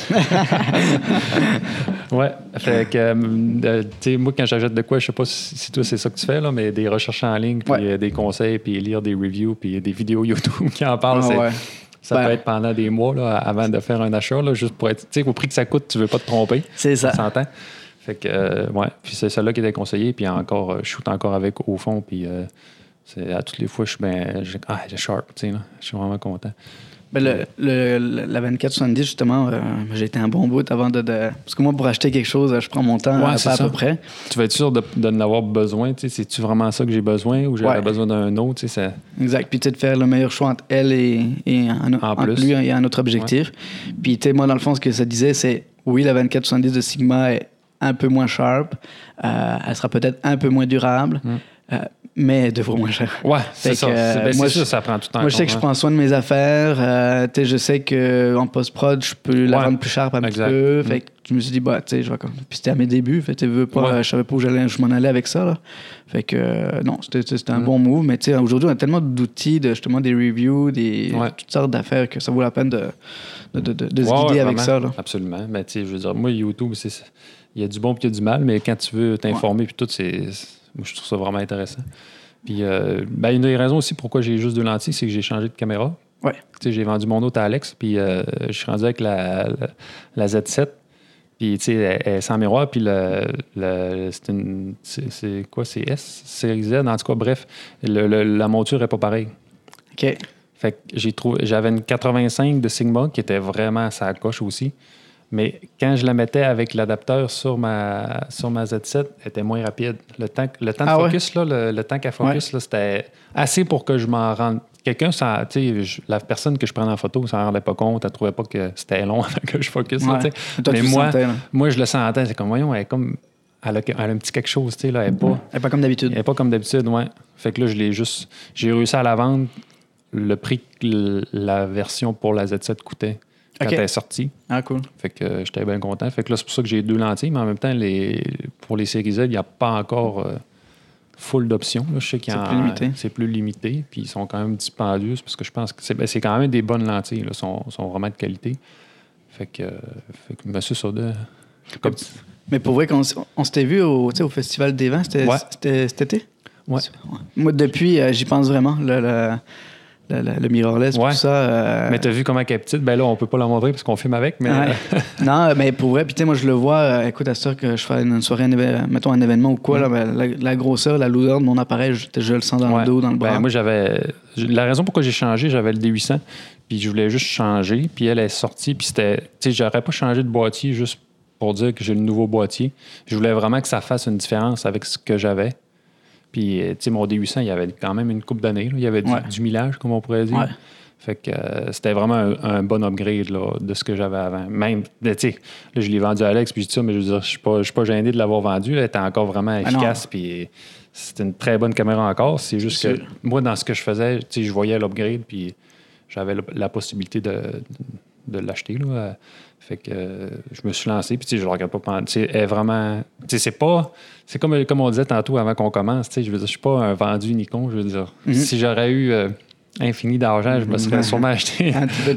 Ouais. Fait que, tu sais, moi, quand j'achète de quoi, je sais pas si toi, c'est ça que tu fais, là, mais des recherches en ligne, puis des conseils, puis lire des reviews, puis des vidéos YouTube qui en parlent. Ça peut être pendant des mois là, avant de faire un achat, là, juste pour être... Tu sais, au prix que ça coûte, tu veux pas te tromper. C'est ça. On s'entend. Fait que, ouais. Puis c'est celle-là qui était conseillée. Puis encore, je shoot encore avec au fond. Puis à toutes les fois, je suis bien... j'ai sharp, tu sais, là. Je suis vraiment content. Ben la 2470, justement, j'ai été un bon bout avant de... Parce que moi, pour acheter quelque chose, je prends mon temps à peu près. Tu vas être sûr de n'avoir besoin. C'est-tu vraiment ça que j'ai besoin ou j'aurais besoin d'un autre? Ça... Exact. Puis, tu sais, de faire le meilleur choix entre elle et entre lui et un autre objectif. Ouais. Puis, tu sais, moi, dans le fond, ce que ça disait, c'est oui, la 2470 de Sigma est un peu moins sharp. Elle sera peut-être un peu moins durable. Mais deux fois moins cher. Ouais, c'est ça. Moi, ça prend tout le temps. Moi, je sais que je prends soin de mes affaires. Je sais qu'en post-prod, je peux la rendre plus sharp un petit peu. Fait que je me suis dit, bah, tu sais, je vais comme. Puis c'était à mes débuts. Fait que je savais pas où je m'en allais avec ça. Là. Fait que non, c'était un bon move. Mais tu sais, aujourd'hui, on a tellement d'outils, justement des reviews, toutes sortes d'affaires que ça vaut la peine de se guider avec ça. Là. Absolument. Mais tu sais, je veux dire, moi, YouTube, il y a du bon et il y a du mal. Mais quand tu veux t'informer, puis tout, moi, je trouve ça vraiment intéressant. Puis, une des raisons aussi pourquoi j'ai juste 2 lentilles, c'est que j'ai changé de caméra. Ouais. Tu sais, j'ai vendu mon autre à Alex, puis je suis rendu avec la Z7. Puis, tu sais, elle est sans miroir, puis c'est quoi? C'est S? Série Z? En tout cas, bref, la monture n'est pas pareille. OK. Fait que j'avais une 85 de Sigma qui était vraiment à sa coche aussi. Mais quand je la mettais avec l'adapteur sur ma Z7, elle était moins rapide. Le temps de focus, là, le temps qu'elle focus, là, c'était assez pour que je m'en rende. La personne que je prenais en photo, ça ne rendait pas compte, elle ne trouvait pas que c'était long avant que je focus. Ouais. Là, mais moi, je le sentais. C'est comme, voyons, elle est comme. Elle a un petit quelque chose, là. Elle n'est pas comme d'habitude. Elle n'est pas comme d'habitude, ouais. Fait que là, j'ai réussi à la vendre le prix que la version pour la Z7 coûtait. Quand elle est sortie. Ah, cool. Fait que j'étais bien content. Fait que là, c'est pour ça que j'ai 2 lentilles, mais en même temps, pour les séries Z, il n'y a pas encore full d'options. Là. Je sais qu'il c'est plus limité. Puis ils sont quand même dispendieux parce que je pense que c'est quand même des bonnes lentilles. Ils sont vraiment de qualité. Fait que c'est ça. Mais pour vrai, quand on s'était vu au Festival des Vents, c'était cet été? Ouais. Moi, depuis, j'y pense vraiment. Le mirrorless, tout ça. Mais t'as vu comment elle est petite? Ben là, on peut pas la montrer parce qu'on filme avec, mais... Non, mais pour vrai, puis tu sais, moi, je le vois, écoute, à ce que je fais une soirée, mettons un événement ou quoi, là, la grosseur, la lourdeur de mon appareil, je le sens dans le dos, dans le bras. Ben, moi, la raison pourquoi j'ai changé, j'avais le D800, puis je voulais juste changer, puis elle est sortie, puis c'était... Tu sais, j'aurais pas changé de boîtier juste pour dire que j'ai le nouveau boîtier. Je voulais vraiment que ça fasse une différence avec ce que j'avais. Puis, tu sais, mon D800, il y avait quand même une couple d'années. Là. Il y avait du millage, comme on pourrait dire. Ouais. Fait que c'était vraiment un bon upgrade là, de ce que j'avais avant. Même, tu sais, là, je l'ai vendu à Alex, puis je dis ça, mais je veux dire, je suis pas gêné de l'avoir vendu. Elle était encore vraiment efficace, puis c'était une très bonne caméra encore. C'est juste que moi, dans ce que je faisais, tu sais, je voyais l'upgrade, puis j'avais la possibilité de l'acheter, là. Fait que je me suis lancé, puis tu sais, je le regarde pas pendant... Tu sais, elle est vraiment... Tu sais, c'est pas... C'est comme on disait tantôt avant qu'on commence, tu sais, je veux dire, je suis pas un vendu Nikon, je veux dire. Si j'aurais eu infini d'argent, je me serais sûrement acheté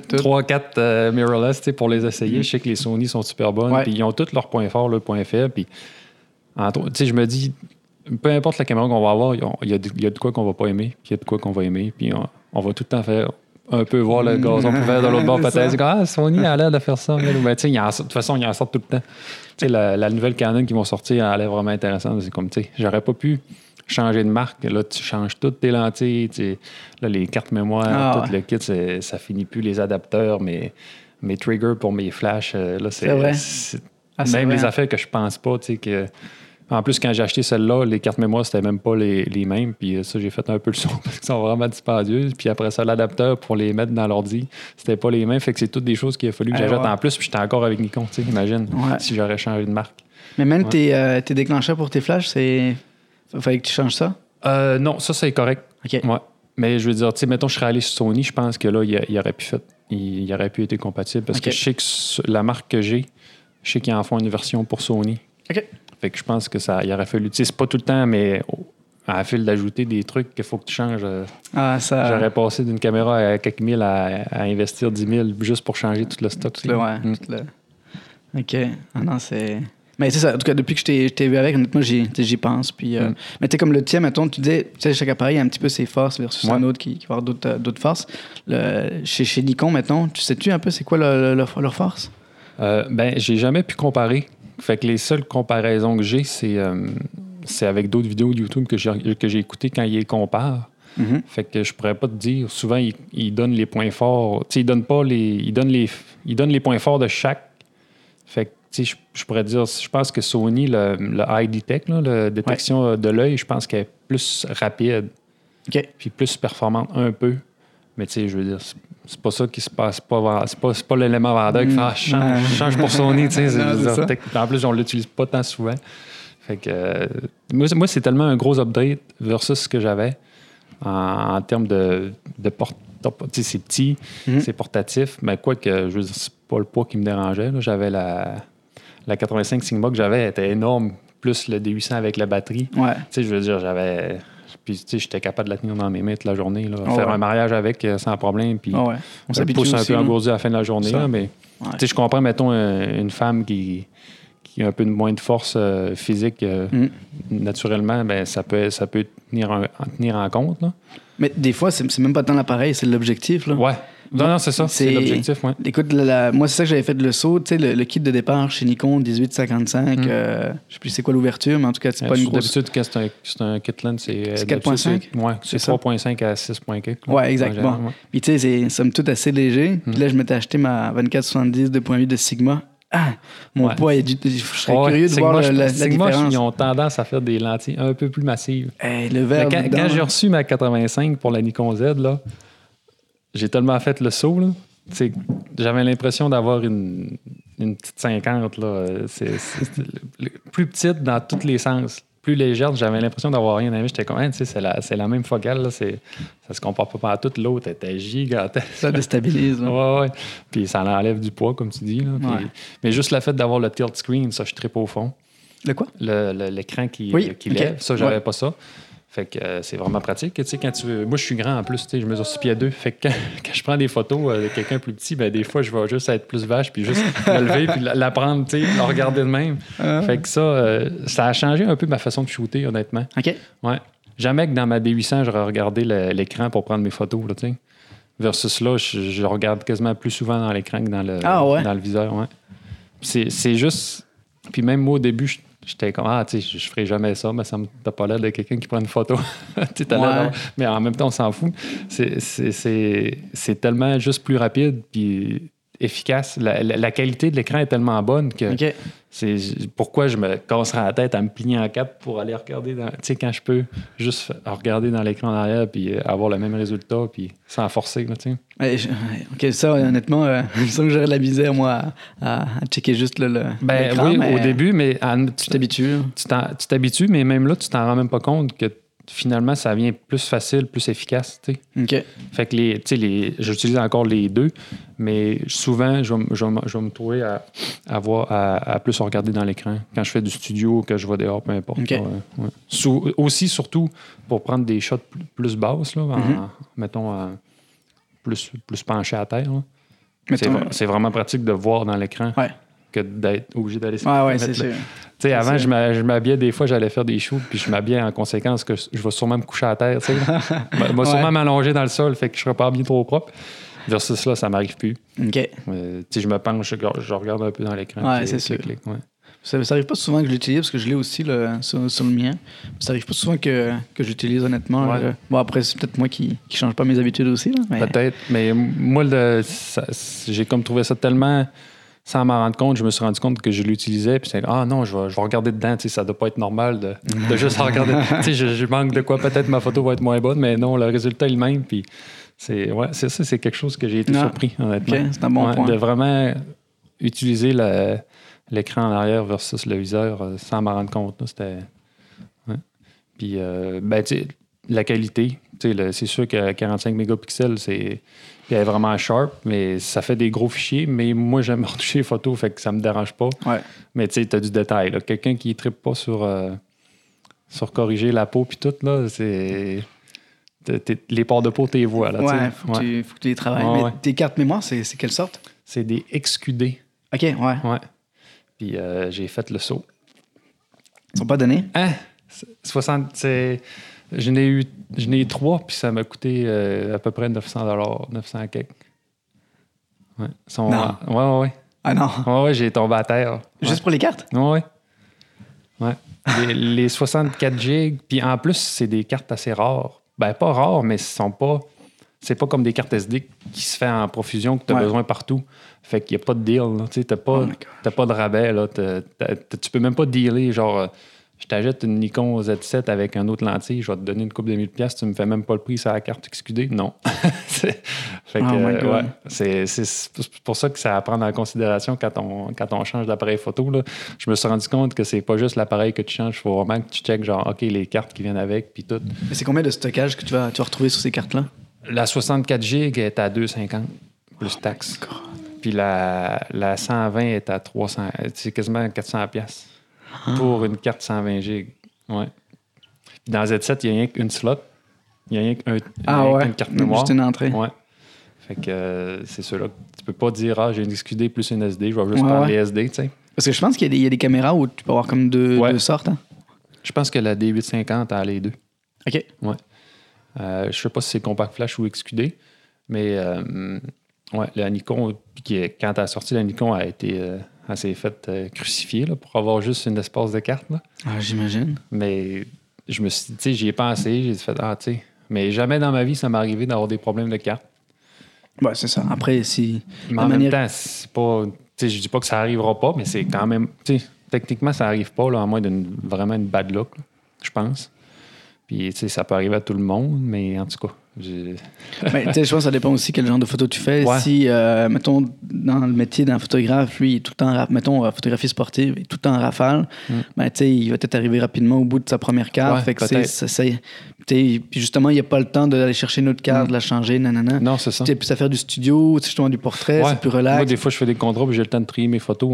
3-4 mirrorless, tu sais, pour les essayer. Je sais que les Sony sont super bonnes, puis ils ont tous leurs points forts, leurs points faibles, puis... Tu sais, je me dis, peu importe la caméra qu'on va avoir, il y a de quoi qu'on va pas aimer, puis il y a de quoi qu'on va aimer, puis on va tout le temps faire... un peu voir le gazon pour faire de l'autre bord peut-être. Sony a l'air de faire ça. Mais de toute façon, ils en sortent tout le temps. Tu sais, la nouvelle Canon qui vont sortir, elle a l'air vraiment intéressante. C'est comme, tu sais, j'aurais pas pu changer de marque. Là, tu changes toutes tes lentilles. Là, les cartes mémoire, tout le kit, ça finit plus. Les adapteurs, mes triggers pour mes flashs. Là, c'est vrai. Même les affaires que je pense pas, tu sais, que... En plus, quand j'ai acheté celle-là, les cartes mémoire, c'était même pas les mêmes. Puis ça, j'ai fait un peu le son parce qu'ils sont vraiment dispendieuses. Puis après ça, l'adapteur pour les mettre dans l'ordi, c'était pas les mêmes. Fait que c'est toutes des choses qu'il a fallu que j'achète en plus. Puis j'étais encore avec Nikon, tu sais, imagine, si j'aurais changé de marque. Mais même tes déclencheurs pour tes flashs, fallait que tu changes ça? Non, ça, c'est correct. OK. Ouais. Mais je veux dire, tu sais, mettons, je serais allé sur Sony, je pense que là, il aurait pu il aurait pu être compatible parce que je sais que la marque que j'ai, je sais qu'ils en font une version pour Sony. OK. Fait que je pense que il aurait fallu... Tu sais, c'est pas tout le temps, mais à la file d'ajouter des trucs qu'il faut que tu changes. J'aurais passé d'une caméra à quelques mille à investir 10 000 juste pour changer tout le stock. OK. Ah non, c'est... Mais c'est ça, en tout cas, depuis que je t'ai vu avec, honnêtement, j'y pense. Puis, mais tu sais, comme le tien, mettons, tu disais, tu sais, chaque appareil a un petit peu ses forces versus un autre qui va avoir d'autres forces. Chez Nikon, mettons, tu sais-tu un peu c'est quoi leur force? Ben, j'ai jamais pu comparer. Fait que les seules comparaisons que j'ai, c'est avec d'autres vidéos de YouTube que j'ai écoutées quand ils les comparent. Mm-hmm. Fait que je pourrais pas te dire. Souvent, ils donnent les points forts. Tu sais, ils donnent les points forts de chaque. Fait que, tu sais, je pourrais dire, je pense que Sony, le Eye Detect, la détection de l'œil, je pense qu'elle est plus rapide. OK. Puis plus performante un peu. Mais tu sais, je veux dire, c'est pas ça qui se passe. C'est pas l'élément vendeur qui fait change pour Sony. Tu sais, en plus, on l'utilise pas tant souvent. Fait que moi, c'est tellement un gros update versus ce que j'avais en termes de porte. Tu sais, c'est petit, c'est portatif. Mais quoi que, je veux dire, c'est pas le poids qui me dérangeait. Là. J'avais la 85 Sigma que j'avais, elle était énorme. Plus le D800 avec la batterie. Ouais. Tu sais, je veux dire, j'avais... Puis, tu sais, j'étais capable de la tenir dans mes mains toute la journée. Là, faire un mariage avec sans problème. Puis, on s'habitue pousse un aussi, peu engourdi à la fin de la journée. Là, mais, tu sais, je comprends, mettons, une femme qui a un peu moins de force physique, naturellement, ben, ça peut tenir en compte. Là. Mais des fois, c'est même pas tant l'appareil, c'est l'objectif. Là. Ouais. Non, c'est ça. C'est l'objectif, oui. Écoute, moi, c'est ça que j'avais fait le saut. Tu sais, le kit de départ chez Nikon 1855, je sais plus c'est quoi l'ouverture, mais en tout cas, c'est pas une grosse... D'habitude, quand c'est un kit lens, c'est 4.5? Oui, c'est 3.5 à 6.4. Oui, exact. Bon. Puis tu sais, c'est somme toute assez léger. Puis là, je m'étais acheté ma 2470 2.8 de Sigma. Ah, mon poids est je serais curieux de voir la différence. Ils ont tendance à faire des lentilles un peu plus massives. Le verre quand j'ai reçu ma 85 pour la Nikon Z, là, j'ai tellement fait le saut, là. J'avais l'impression d'avoir une petite 50. Là. C'est plus petite dans tous les sens. Plus légère, j'avais l'impression d'avoir rien à J'étais comme, c'est la même focale. Là. Ça se compare pas par toute. L'autre était gigantesque. Ça déstabilise. Ouais. Puis ça enlève du poids, comme tu dis. Là. Puis, mais juste le fait d'avoir le tilt screen, ça, je trippe au fond. Le quoi? L'écran qui lève. Ça, j'avais pas ça. Fait que c'est vraiment pratique. Tu sais, quand tu veux... Moi, je suis grand en plus, je mesure 6 pieds 2. Fait que quand je prends des photos de quelqu'un plus petit, ben des fois, je vais juste être plus vache, puis juste me lever, puis la prendre, tu sais, la regarder de même. Fait que ça a changé un peu ma façon de shooter, honnêtement. OK. Ouais. Jamais que dans ma D800, j'aurais regardé l'écran pour prendre mes photos, tu sais. Versus là, je regarde quasiment plus souvent dans l'écran que dans le viseur, ouais. C'est juste... Puis même moi, au début, j'étais comme, tu sais, je ferais jamais ça, mais ça me t'a pas l'air de quelqu'un qui prend une photo. Mais en même temps, on s'en fout. C'est tellement juste plus rapide puis efficace. La qualité de l'écran est tellement bonne que c'est pourquoi je me casserais la tête à me plier en quatre pour aller regarder tu sais, quand je peux juste regarder dans l'écran en arrière puis avoir le même résultat puis sans forcer, tu sais. OK, ça, honnêtement, je sens que j'aurais de la misère, moi, à checker juste l'écran. Oui, au début, mais tu t'habitues. Tu t'habitues, mais même là, tu t'en rends même pas compte que finalement, ça vient plus facile, plus efficace, tu sais. OK. Fait que j'utilise encore les deux, mais souvent, je vais me trouver à plus regarder dans l'écran. Quand je fais du studio, que je vais dehors, peu importe. Okay. Aussi, surtout, pour prendre des shots plus basses, là, mettons, plus penché à terre. C'est vraiment pratique de voir dans l'écran que d'être obligé d'aller se mettre. C'est sûr. Tu sais, avant, je m'habillais des fois, j'allais faire des shoots, puis je m'habillais en conséquence que je vais sûrement me coucher à terre, tu sais. Je vais sûrement m'allonger dans le sol, fait que je serai pas bien trop propre. Versus là, ça m'arrive plus. OK. Tu sais, je me penche, je regarde un peu dans l'écran. Ouais, c'est sûr. Ça arrive pas souvent que je l'utilise, parce que je l'ai aussi sur le mien. Ça arrive pas souvent que j'utilise, honnêtement. Bon, après, c'est peut-être moi qui change pas mes habitudes aussi. Là, mais... Peut-être, mais moi, j'ai comme trouvé ça tellement... Sans m'en rendre compte, je me suis rendu compte que je l'utilisais. Puis c'est non, je vais regarder dedans. Tu sais, ça doit pas être normal de juste regarder. Tu sais, je manque de quoi. Peut-être ma photo va être moins bonne, mais non, le résultat est le même. Puis c'est ça, c'est quelque chose que j'ai été surpris, honnêtement. OK, c'est un bon point. De vraiment utiliser l'écran en arrière versus le viseur sans m'en rendre compte. Là, c'était... Puis, tu sais, la qualité. Tu sais, c'est sûr que 45 mégapixels, elle est vraiment sharp, mais ça fait des gros fichiers. Mais moi, j'aime retoucher les photos, fait que ça me dérange pas. Ouais. Mais tu sais, t'as du détail. Là. Quelqu'un qui ne trippe pas sur corriger la peau puis tout, là, c'est... les pores de peau, t'es vois. Là, faut que tu les travailles. Mais tes cartes mémoire, c'est quelle sorte? C'est des XQD. OK, ouais. Puis j'ai fait le saut. Ils sont pas donnés? Hein? 60, j'en ai eu 3, puis ça m'a coûté à peu près 900 quelques. Ouais. Ouais. Ah non? Ouais, j'ai tombé à terre. Juste pour les cartes? Ouais. Les 64 gigs, puis en plus, c'est des cartes assez rares. Ben, pas rares, mais c'est pas comme des cartes SD qui se fait en profusion que tu as besoin partout. Fait qu'il n'y a pas de deal. Tu n'as pas de rabais. Là. Tu peux même pas dealer. Genre, je t'achète une Nikon Z7 avec un autre lentille, je vais te donner une coupe de 1000$, tu me fais même pas le prix sur la carte XQD. Non. Fait que, c'est pour ça que ça à prendre en considération quand on change d'appareil photo. Là. Je me suis rendu compte que c'est pas juste l'appareil que tu changes, il faut vraiment que tu checkes genre, OK, les cartes qui viennent avec, puis tout. Mais c'est combien de stockage que tu vas retrouver sur ces cartes-là? La 64 GB est à 2,50 plus taxes. Puis la 120 est à 300, c'est quasiment 400$ pour une carte 120 GB. Ouais. Puis dans Z7, il n'y a rien qu'une slot. Il n'y a rien qu'une carte mémoire. Juste une entrée. Ouais. Fait que c'est ça là. Tu peux pas dire j'ai une XQD plus une SD, je vais juste prendre les SD, tu sais. Parce que je pense qu'il y a des caméras où tu peux avoir comme deux sortes. Hein? Je pense que la D850 a les deux. OK. Ouais. Je sais pas si c'est compact flash ou XQD, mais la Nikon, quand elle a sorti, la Nikon a été assez faite crucifiée là, pour avoir juste une espace de carte. Là. Ah, j'imagine. Mais je me suis dit, j'y ai pensé, j'ai fait, tu sais, mais jamais dans ma vie, ça m'est arrivé d'avoir des problèmes de carte. Ouais, c'est ça. Après, si. Mais en même temps, c'est pas. Tu sais, je dis pas que ça arrivera pas, mais c'est quand même. Tu sais, techniquement, ça arrive pas, là, à moins d'une vraiment une bad luck, là, je pense. Puis, tu sais, ça peut arriver à tout le monde, mais en tout cas. Mais tu sais, je pense que ça dépend aussi quel genre de photo tu fais. Ouais. Si, mettons, dans le métier d'un photographe, lui, il est tout le temps, mettons, photographie sportive, il est tout le temps en rafale, ben, tu sais, il va peut-être arriver rapidement au bout de sa première carte. Ouais, fait que puis justement, il n'y a pas le temps d'aller chercher une autre carte, de la changer, nanana. Non, c'est ça. Tu sais, plus à faire du studio, justement du portrait, c'est plus relax. Moi, des fois, je fais des contrats puis j'ai le temps de trier mes photos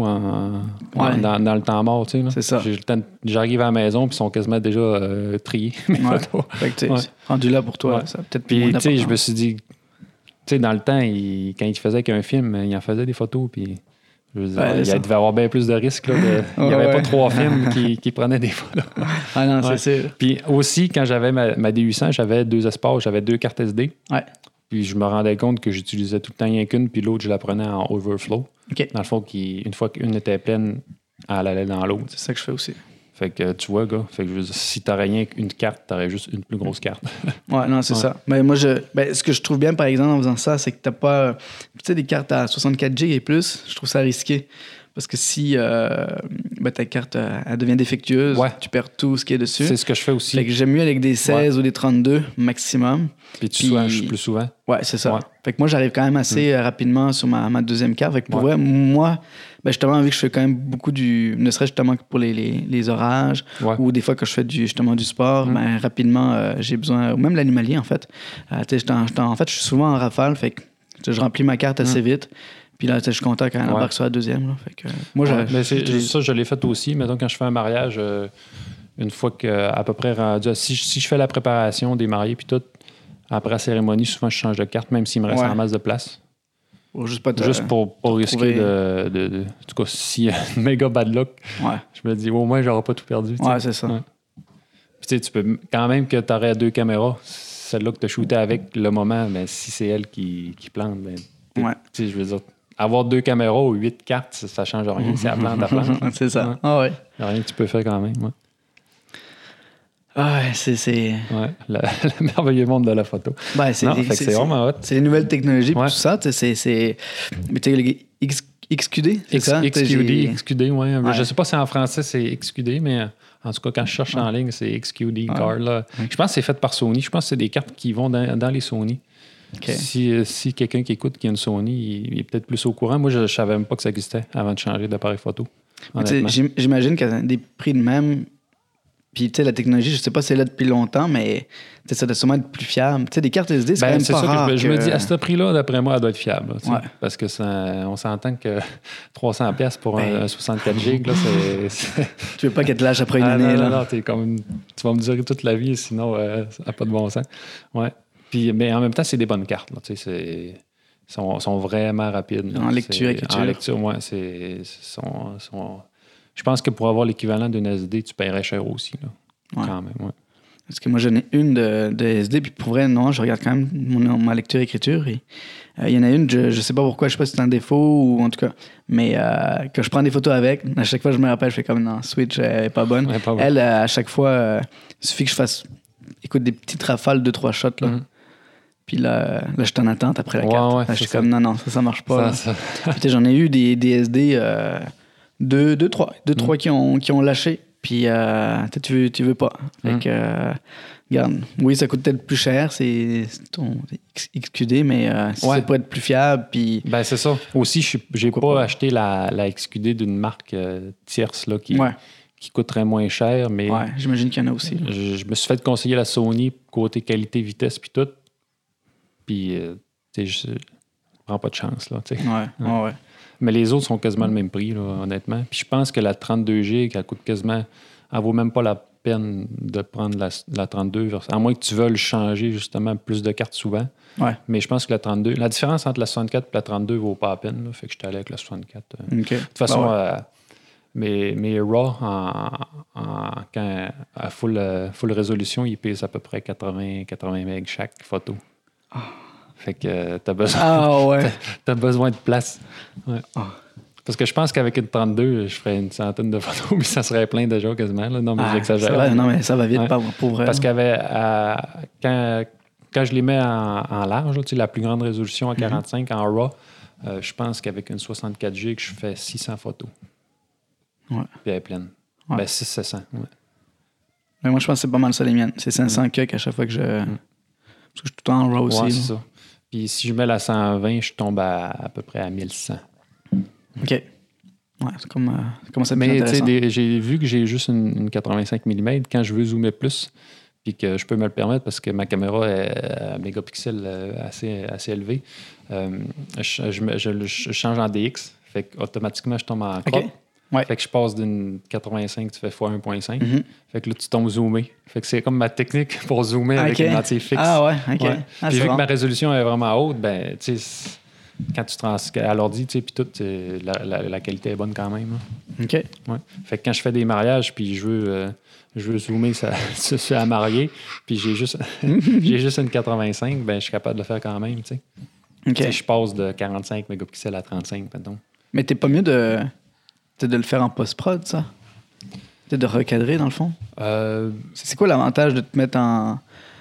dans le temps mort, tu sais. C'est ça. J'arrive à la maison puis ils sont quasiment déjà triés, mes photos. Fait que, rendu là pour toi, ça peut-être puis, tu sais, je me suis dit, tu sais, dans le temps, quand il faisait qu'un film, il en faisait des photos, puis je veux dire, il devait avoir bien plus de risques. Là, il n'y avait pas 3 films qui prenaient des photos. Ah non, c'est sûr. Puis aussi, quand j'avais ma D800, j'avais 2 espaces, j'avais 2 cartes SD. Ouais. Puis je me rendais compte que j'utilisais tout le temps rien qu'une, puis l'autre, je la prenais en overflow. Okay. Dans le fond, une fois qu'une était pleine, elle allait dans l'autre. C'est ça que je fais aussi. Fait que tu vois, gars, fait que si t'aurais rien qu'une carte, t'aurais juste une plus grosse carte. Ouais, non, c'est ça. Mais moi, ce que je trouve bien, par exemple, en faisant ça, c'est que t'as pas. Tu sais, des cartes à 64 GB et plus, je trouve ça risqué. Parce que si ta carte elle devient défectueuse, tu perds tout ce qui est dessus. C'est ce que je fais aussi. Fait que j'aime mieux avec des 16 ou des 32 maximum. Puis tu switches plus souvent. Ouais, c'est ça. Ouais. Fait que moi, j'arrive quand même assez rapidement sur ma deuxième carte. Fait que pour vrai, moi, justement, vu que je fais quand même beaucoup ne serait-ce justement que pour les orages ou des fois que je fais du sport, rapidement, j'ai besoin, ou même l'animalier, en fait. En fait, je suis souvent en rafale, fait que je remplis ma carte assez vite. Puis là, je suis content quand elle embarque sur la deuxième. Là. Fait que, moi, ça, je l'ai fait aussi. Mettons, quand je fais un mariage, une fois à peu près rendu... Si je fais la préparation des mariés puis tout, après la cérémonie, souvent, je change de carte, même s'il me reste en masse de place. Juste pour risquer de... En tout cas, s'il y a une méga bad luck, je me dis, au moins, j'aurai pas tout perdu. Ouais, c'est ça. Ouais. Puis tu peux... Quand même que tu aurais 2 caméras, celle-là que tu as shooté avec le moment, mais si c'est elle qui plante, ben, je veux dire... Avoir 2 caméras ou 8 cartes, ça change rien. C'est à plante. C'est ça. Ouais. Ah ouais. Il n'y a rien que tu peux faire quand même. Ouais. Ah ouais, c'est... Ouais, le merveilleux monde de la photo. Ben, c'est vraiment hot. C'est les nouvelles technologies tout ça. Mais tu sais, XQD, c'est ça? XQD, oui. Je ne sais pas si en français c'est XQD, mais en tout cas, quand je cherche en ligne, c'est XQD card. Là. Je pense que c'est fait par Sony. Je pense que c'est des cartes qui vont dans les Sony. Okay. Si quelqu'un qui écoute qui a une Sony, il est peut-être plus au courant. Moi, je ne savais même pas que ça existait avant de changer d'appareil photo. J'imagine qu'à des prix de même, puis la technologie, je ne sais pas si c'est là depuis longtemps, mais ça doit sûrement être plus fiable. T'sais, des cartes SD, c'est quand même pas rare. Je me dis, à ce prix-là, d'après moi, elle doit être fiable. Parce que on s'entend que 300$ pour un 64 GB, c'est... Tu veux pas qu'elle te lâche après une année. Non, tu vas me durer toute la vie, sinon ça n'a pas de bon sens. Ouais. Puis, mais en même temps, c'est des bonnes cartes. Là, sont vraiment rapides. Là. En lecture, écriture. En lecture, oui. Je pense que pour avoir l'équivalent d'une SD, tu paierais cher aussi, là. Quand même, ouais. Parce que moi, j'en ai une de SD, puis pour vrai, non, je regarde quand même ma lecture-écriture. Et il y en a une, je sais pas pourquoi, je sais pas si c'est un défaut ou en tout cas, mais quand je prends des photos avec, à chaque fois, je me rappelle, je fais comme non, Switch est pas bonne. Ouais, pas bon. Elle, à chaque fois, il suffit que je fasse, écoute, des petites rafales, 2-3 shots, là. Puis là, je suis en attente après la carte. Ouais, je suis comme non, ça marche pas. Ça. Puis, j'en ai eu des SD, 2-3 qui ont lâché. Puis tu veux pas. Fait que, regarde, oui, ça coûte peut-être plus cher, c'est ton XQD, mais si c'est pour être plus fiable, puis... Ben, c'est ça. Aussi, j'ai pas acheté la XQD d'une marque tierce là, qui coûterait moins cher, mais... Ouais, j'imagine qu'il y en a aussi. Je me suis fait conseiller la Sony côté qualité, vitesse, puis tout. Puis, tu sais, je prends pas de chance, là, tu sais. Ouais. Mais les autres sont quasiment le même prix, là, honnêtement. Puis je pense que la 32G, elle coûte quasiment... Elle vaut même pas la peine de prendre la 32, à moins que tu veuilles changer, justement, plus de cartes souvent. Ouais. Mais je pense que la 32... La différence entre la 64 et la 32 vaut pas la peine, là. Fait que j'étais allé avec la 64. De toute façon, mes RAW, quand à full résolution, ils pèsent à peu près 80 MB chaque photo. Fait que t'as besoin de place. Ouais. Parce que je pense qu'avec une 32, je ferais une centaine de photos, mais ça serait plein déjà quasiment. Là. Non, mais j'exagère. Non, mais ça va vite, pour vrai. Parce quand je les mets en large, tu sais, la plus grande résolution à 45 en RAW, je pense qu'avec une 64G, que je fais 600 photos. Ouais. Puis elle est pleine. Ouais. Ben, 600-700. Ouais. Mais moi, je pense que c'est pas mal ça les miennes. C'est 500 à chaque fois que je... Parce que je suis tout le temps en RAW aussi. Ouais, c'est ça. Puis si je mets la 120, je tombe à peu près à 1100. OK. Ouais, c'est comme ça. Mais tu sais, j'ai vu que j'ai juste une 85 mm quand je veux zoomer plus, puis que je peux me le permettre parce que ma caméra est à mégapixels assez élevé. Je change en DX, fait qu'automatiquement, je tombe en crop. Okay. Ouais. Fait que je passe d'une 85, tu fais x1.5. Fait que là, tu tombes zoomé. Fait que c'est comme ma technique pour zoomer avec une lentille fixe. Ah ouais, OK. Ouais. Puis vu que ma résolution est vraiment haute, ben, tu sais, quand tu à l'ordi, tu sais, puis tout, la qualité est bonne quand même. Là. OK. Ouais. Fait que quand je fais des mariages, puis je veux zoomer à marier, puis j'ai juste une 85, ben, je suis capable de le faire quand même, tu sais. OK. Je passe de 45 mégapixels à 35, pardon. Mais t'es pas mieux de le faire en post-prod, ça? De recadrer, dans le fond? C'est quoi l'avantage de te mettre en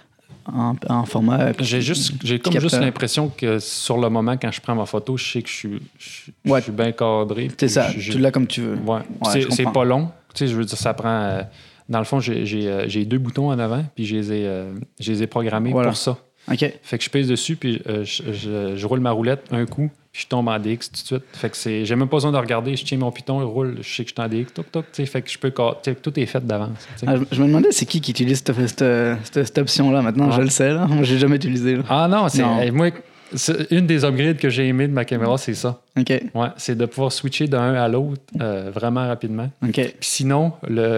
format... J'ai comme juste l'impression que sur le moment, quand je prends ma photo, je sais que je suis bien cadré. C'est ça, tu l'as comme tu veux. Ouais. C'est pas long. Tu sais, je veux dire, ça prend... dans le fond, j'ai 2 boutons en avant, puis je les ai programmés pour ça. OK. Fait que je pèse dessus, puis je roule ma roulette un coup, puis je tombe en DX tout de suite. Fait que j'ai même pas besoin de regarder. Je tiens mon piton, il roule, je sais que je suis en DX, toc, toc, tu sais. Fait que je peux... Tout est fait d'avance. Je me demandais, c'est qui utilise cette option-là maintenant? Je le sais, là. Moi, j'ai jamais utilisé. Là. Ah non, moi, c'est une des upgrades que j'ai aimé de ma caméra, c'est ça. OK. Ouais, c'est de pouvoir switcher d'un à l'autre vraiment rapidement. OK. Puis sinon,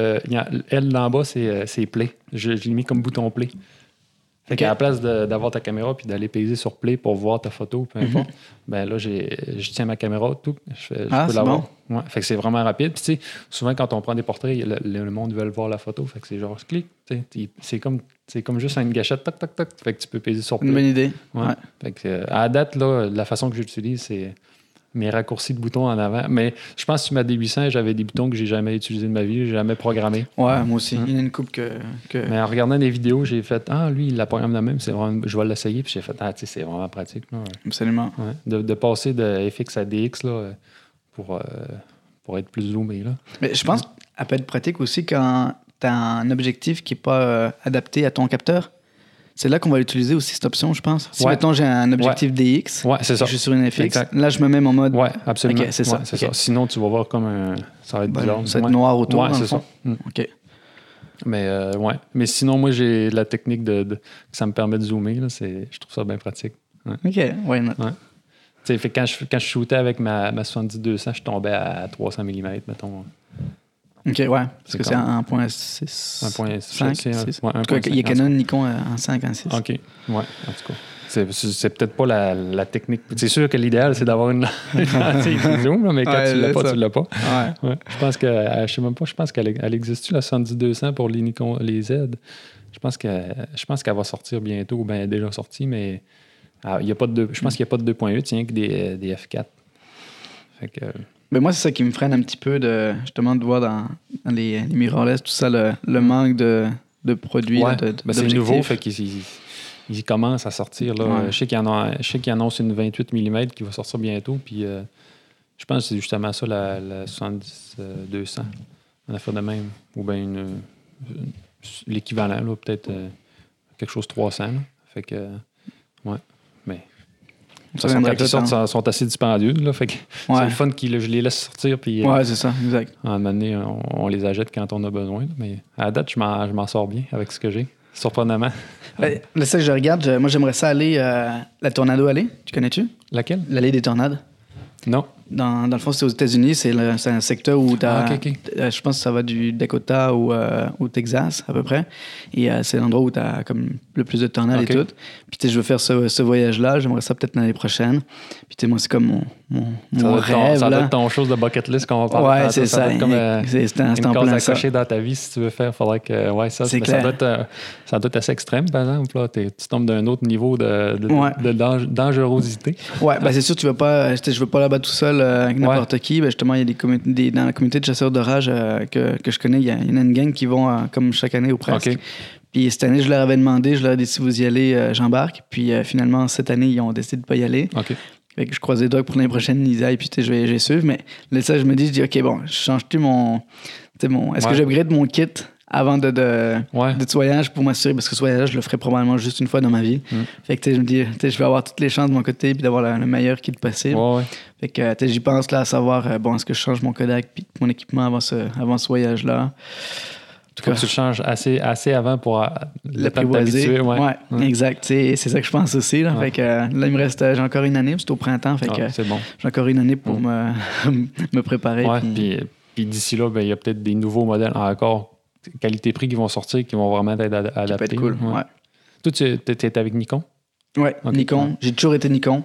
elle d'en bas, c'est play. Je l'ai mis comme bouton play. Fait qu'à la place d'avoir ta caméra puis d'aller peser sur play pour voir ta photo, peu importe, ben là, je tiens ma caméra, tout. Je peux l'avoir. Bon. Ouais, fait que c'est vraiment rapide. Puis tu sais, souvent, quand on prend des portraits, le monde veut voir la photo. Fait que c'est genre, clic. C'est comme juste une gâchette, toc, toc, toc. Fait que tu peux peser sur play. Une bonne idée. Ouais. Fait que, à la date, là, la façon que j'utilise, c'est mes raccourcis de boutons en avant. Mais je pense que sur ma D800, j'avais des boutons que j'ai jamais utilisés de ma vie, j'ai jamais programmé. Ouais, moi aussi. Il y en a une couple que... Mais en regardant des vidéos, j'ai fait lui, il la programme de même, je vais l'essayer. Puis j'ai fait tu sais, c'est vraiment pratique. Là. Absolument. Ouais. De passer de FX à DX là, pour être plus zoomé. Là. Mais je pense qu'elle peut être pratique aussi quand tu as un objectif qui n'est pas adapté à ton capteur. C'est là qu'on va utiliser aussi cette option, je pense. Si maintenant j'ai un objectif DX, c'est ça. Je suis sur une FX, exact. Là je me mets en mode... Oui, absolument. Okay, c'est ça. Ça. Sinon, tu vas voir comme ça va être bizarre. Ça va être noir autour. Ouais, c'est ça. OK. Mais sinon, moi, j'ai la technique que ça me permet de zoomer. Là, je trouve ça bien pratique. Ouais. OK, why not? Ouais. Quand je shootais avec ma 70-200, je tombais à 300 mm, mettons. OK, ouais. Parce que c'est 1.6. 1.5. En tout cas, il y a Canon, Nikon en 5, en 6. OK. Ouais, en tout cas. C'est peut-être pas la technique. C'est sûr que l'idéal, c'est d'avoir une lentille qui zoom, mais quand tu l'as pas, tu l'as pas. Ouais. Je pense que, je sais même pas, je pense qu'elle existe-tu, la 70-200 pour les Nikon, les Z? Je pense qu'elle va sortir bientôt, ou bien elle est déjà sortie, mais il y a pas de, je pense qu'il n'y a pas de 2.8, il n'y a que des F4. Fait que... Mais moi, c'est ça qui me freine un petit peu, justement, de voir dans les mirrorless, tout ça, le manque de produits. Ouais. C'est nouveau, fait qu'ils commencent à sortir. Là. Ouais. Je sais qu'ils annoncent une 28 mm qui va sortir bientôt. Puis je pense que c'est justement ça, la 70-200. On a fait de même. Ou bien l'équivalent, là, peut-être quelque chose de 300. Là. Fait que, ouais. Mais quand ils sortent, sont assez dispendieux. Là, fait que c'est le fun je les laisse sortir. Puis, ouais, c'est ça, exact. À un moment donné, on les achète quand on a besoin. Là, mais à la date, je m'en sors bien avec ce que j'ai. Surprenamment. Ben, là, ça que je regarde, moi, j'aimerais ça aller la Tornado Alley. Tu connais-tu? Laquelle? L'allée des tornades. Non. Dans le fond, c'est aux États-Unis. C'est un secteur où tu as. Okay. Je pense que ça va du Dakota au Texas, à peu près. Et c'est l'endroit où tu as comme le plus de tornades et tout. Puis, je veux faire ce voyage-là. J'aimerais ça peut-être l'année prochaine. Puis, moi, c'est comme mon rêve. Ça doit être ton chose de bucket list qu'on va parler. Ouais, c'est ça. C'est une cause à cocher dans ta vie si tu veux faire. Il faudrait que. Ouais, ça doit être assez extrême, par exemple. Là. Tu tombes d'un autre niveau de dangerosité. Ouais, c'est sûr, je veux pas là-bas tout seul avec n'importe qui. Ben, justement, il y a dans la communauté de chasseurs d'orage que je connais, il y a une gang qui vont comme chaque année ou presque. Okay. Puis cette année, je leur avais demandé, je leur ai dit si vous y allez, j'embarque. Puis finalement, cette année, ils ont décidé de ne pas y aller. Okay. Fait que je croise les doigts pour l'année prochaine, ils y aillent, puis je vais suivre. Mais là, ça, je me dis, OK, bon, je change-tu est-ce que j'upgrade mon kit avant de ce voyage pour m'assurer? Parce que ce voyage, je le ferai probablement juste une fois dans ma vie. Fait que je me dis, je vais avoir toutes les chances de mon côté puis d'avoir le meilleur kit possible. Ouais. Fait que j'y pense là à savoir, est-ce que je change mon Kodak puis mon équipement avant ce voyage-là? Faut que tu le changes assez avant pour l'apprivoiser. Ouais, exact. C'est ça que je pense aussi. Là. Fait que, là, il me reste, j'ai encore une année, c'est au printemps. Fait que, c'est bon. J'ai encore une année pour me préparer. Ouais, puis d'ici là, il y a peut-être des nouveaux modèles encore qualité-prix qui vont sortir, qui vont vraiment être adaptés. Ça peut être cool. Ouais. Toi, tu étais avec Nikon? Oui, Nikon. J'ai toujours été Nikon.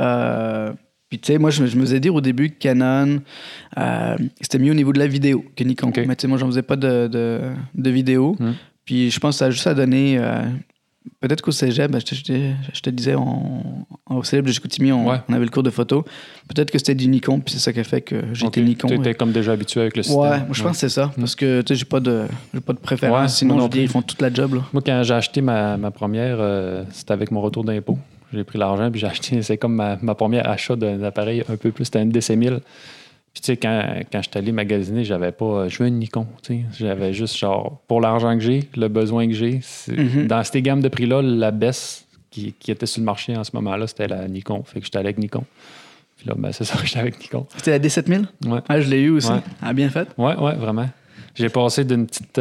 Puis, tu sais, moi, je me faisais dire au début que Canon, c'était mieux au niveau de la vidéo que Nikon. Okay. Mais tu sais, moi, j'en faisais pas de vidéo. Puis, je pense que ça a juste à donner... peut-être qu'au cégep, je te disais, au cégep de Chicoutimi, on avait le cours de photo. Peut-être que c'était du Nikon, puis c'est ça qui a fait que j'étais Nikon. Tu étais comme déjà habitué avec le système. Ouais, moi, je pense que c'est ça. Parce que, tu sais, j'ai pas de préférence. Sinon, je dis, ils font toute la job. Là. Moi, quand j'ai acheté ma première, c'était avec mon retour d'impôt. J'ai pris l'argent, puis j'ai acheté, c'est comme ma première achat d'un appareil un peu plus, c'était une DC-1000. Puis tu sais, quand je suis allé magasiner, j'avais pas, je veux une Nikon, tu sais. J'avais juste genre, pour l'argent que j'ai, le besoin que j'ai, dans ces gammes de prix-là, la baisse qui était sur le marché en ce moment-là, c'était la Nikon. Fait que j'étais allé avec Nikon. Puis là, c'est ça, j'étais avec Nikon. C'était la D7000? Ouais. Ah, je l'ai eu aussi. Ouais. Ah, bien fait? Ouais, vraiment. J'ai passé d'une petite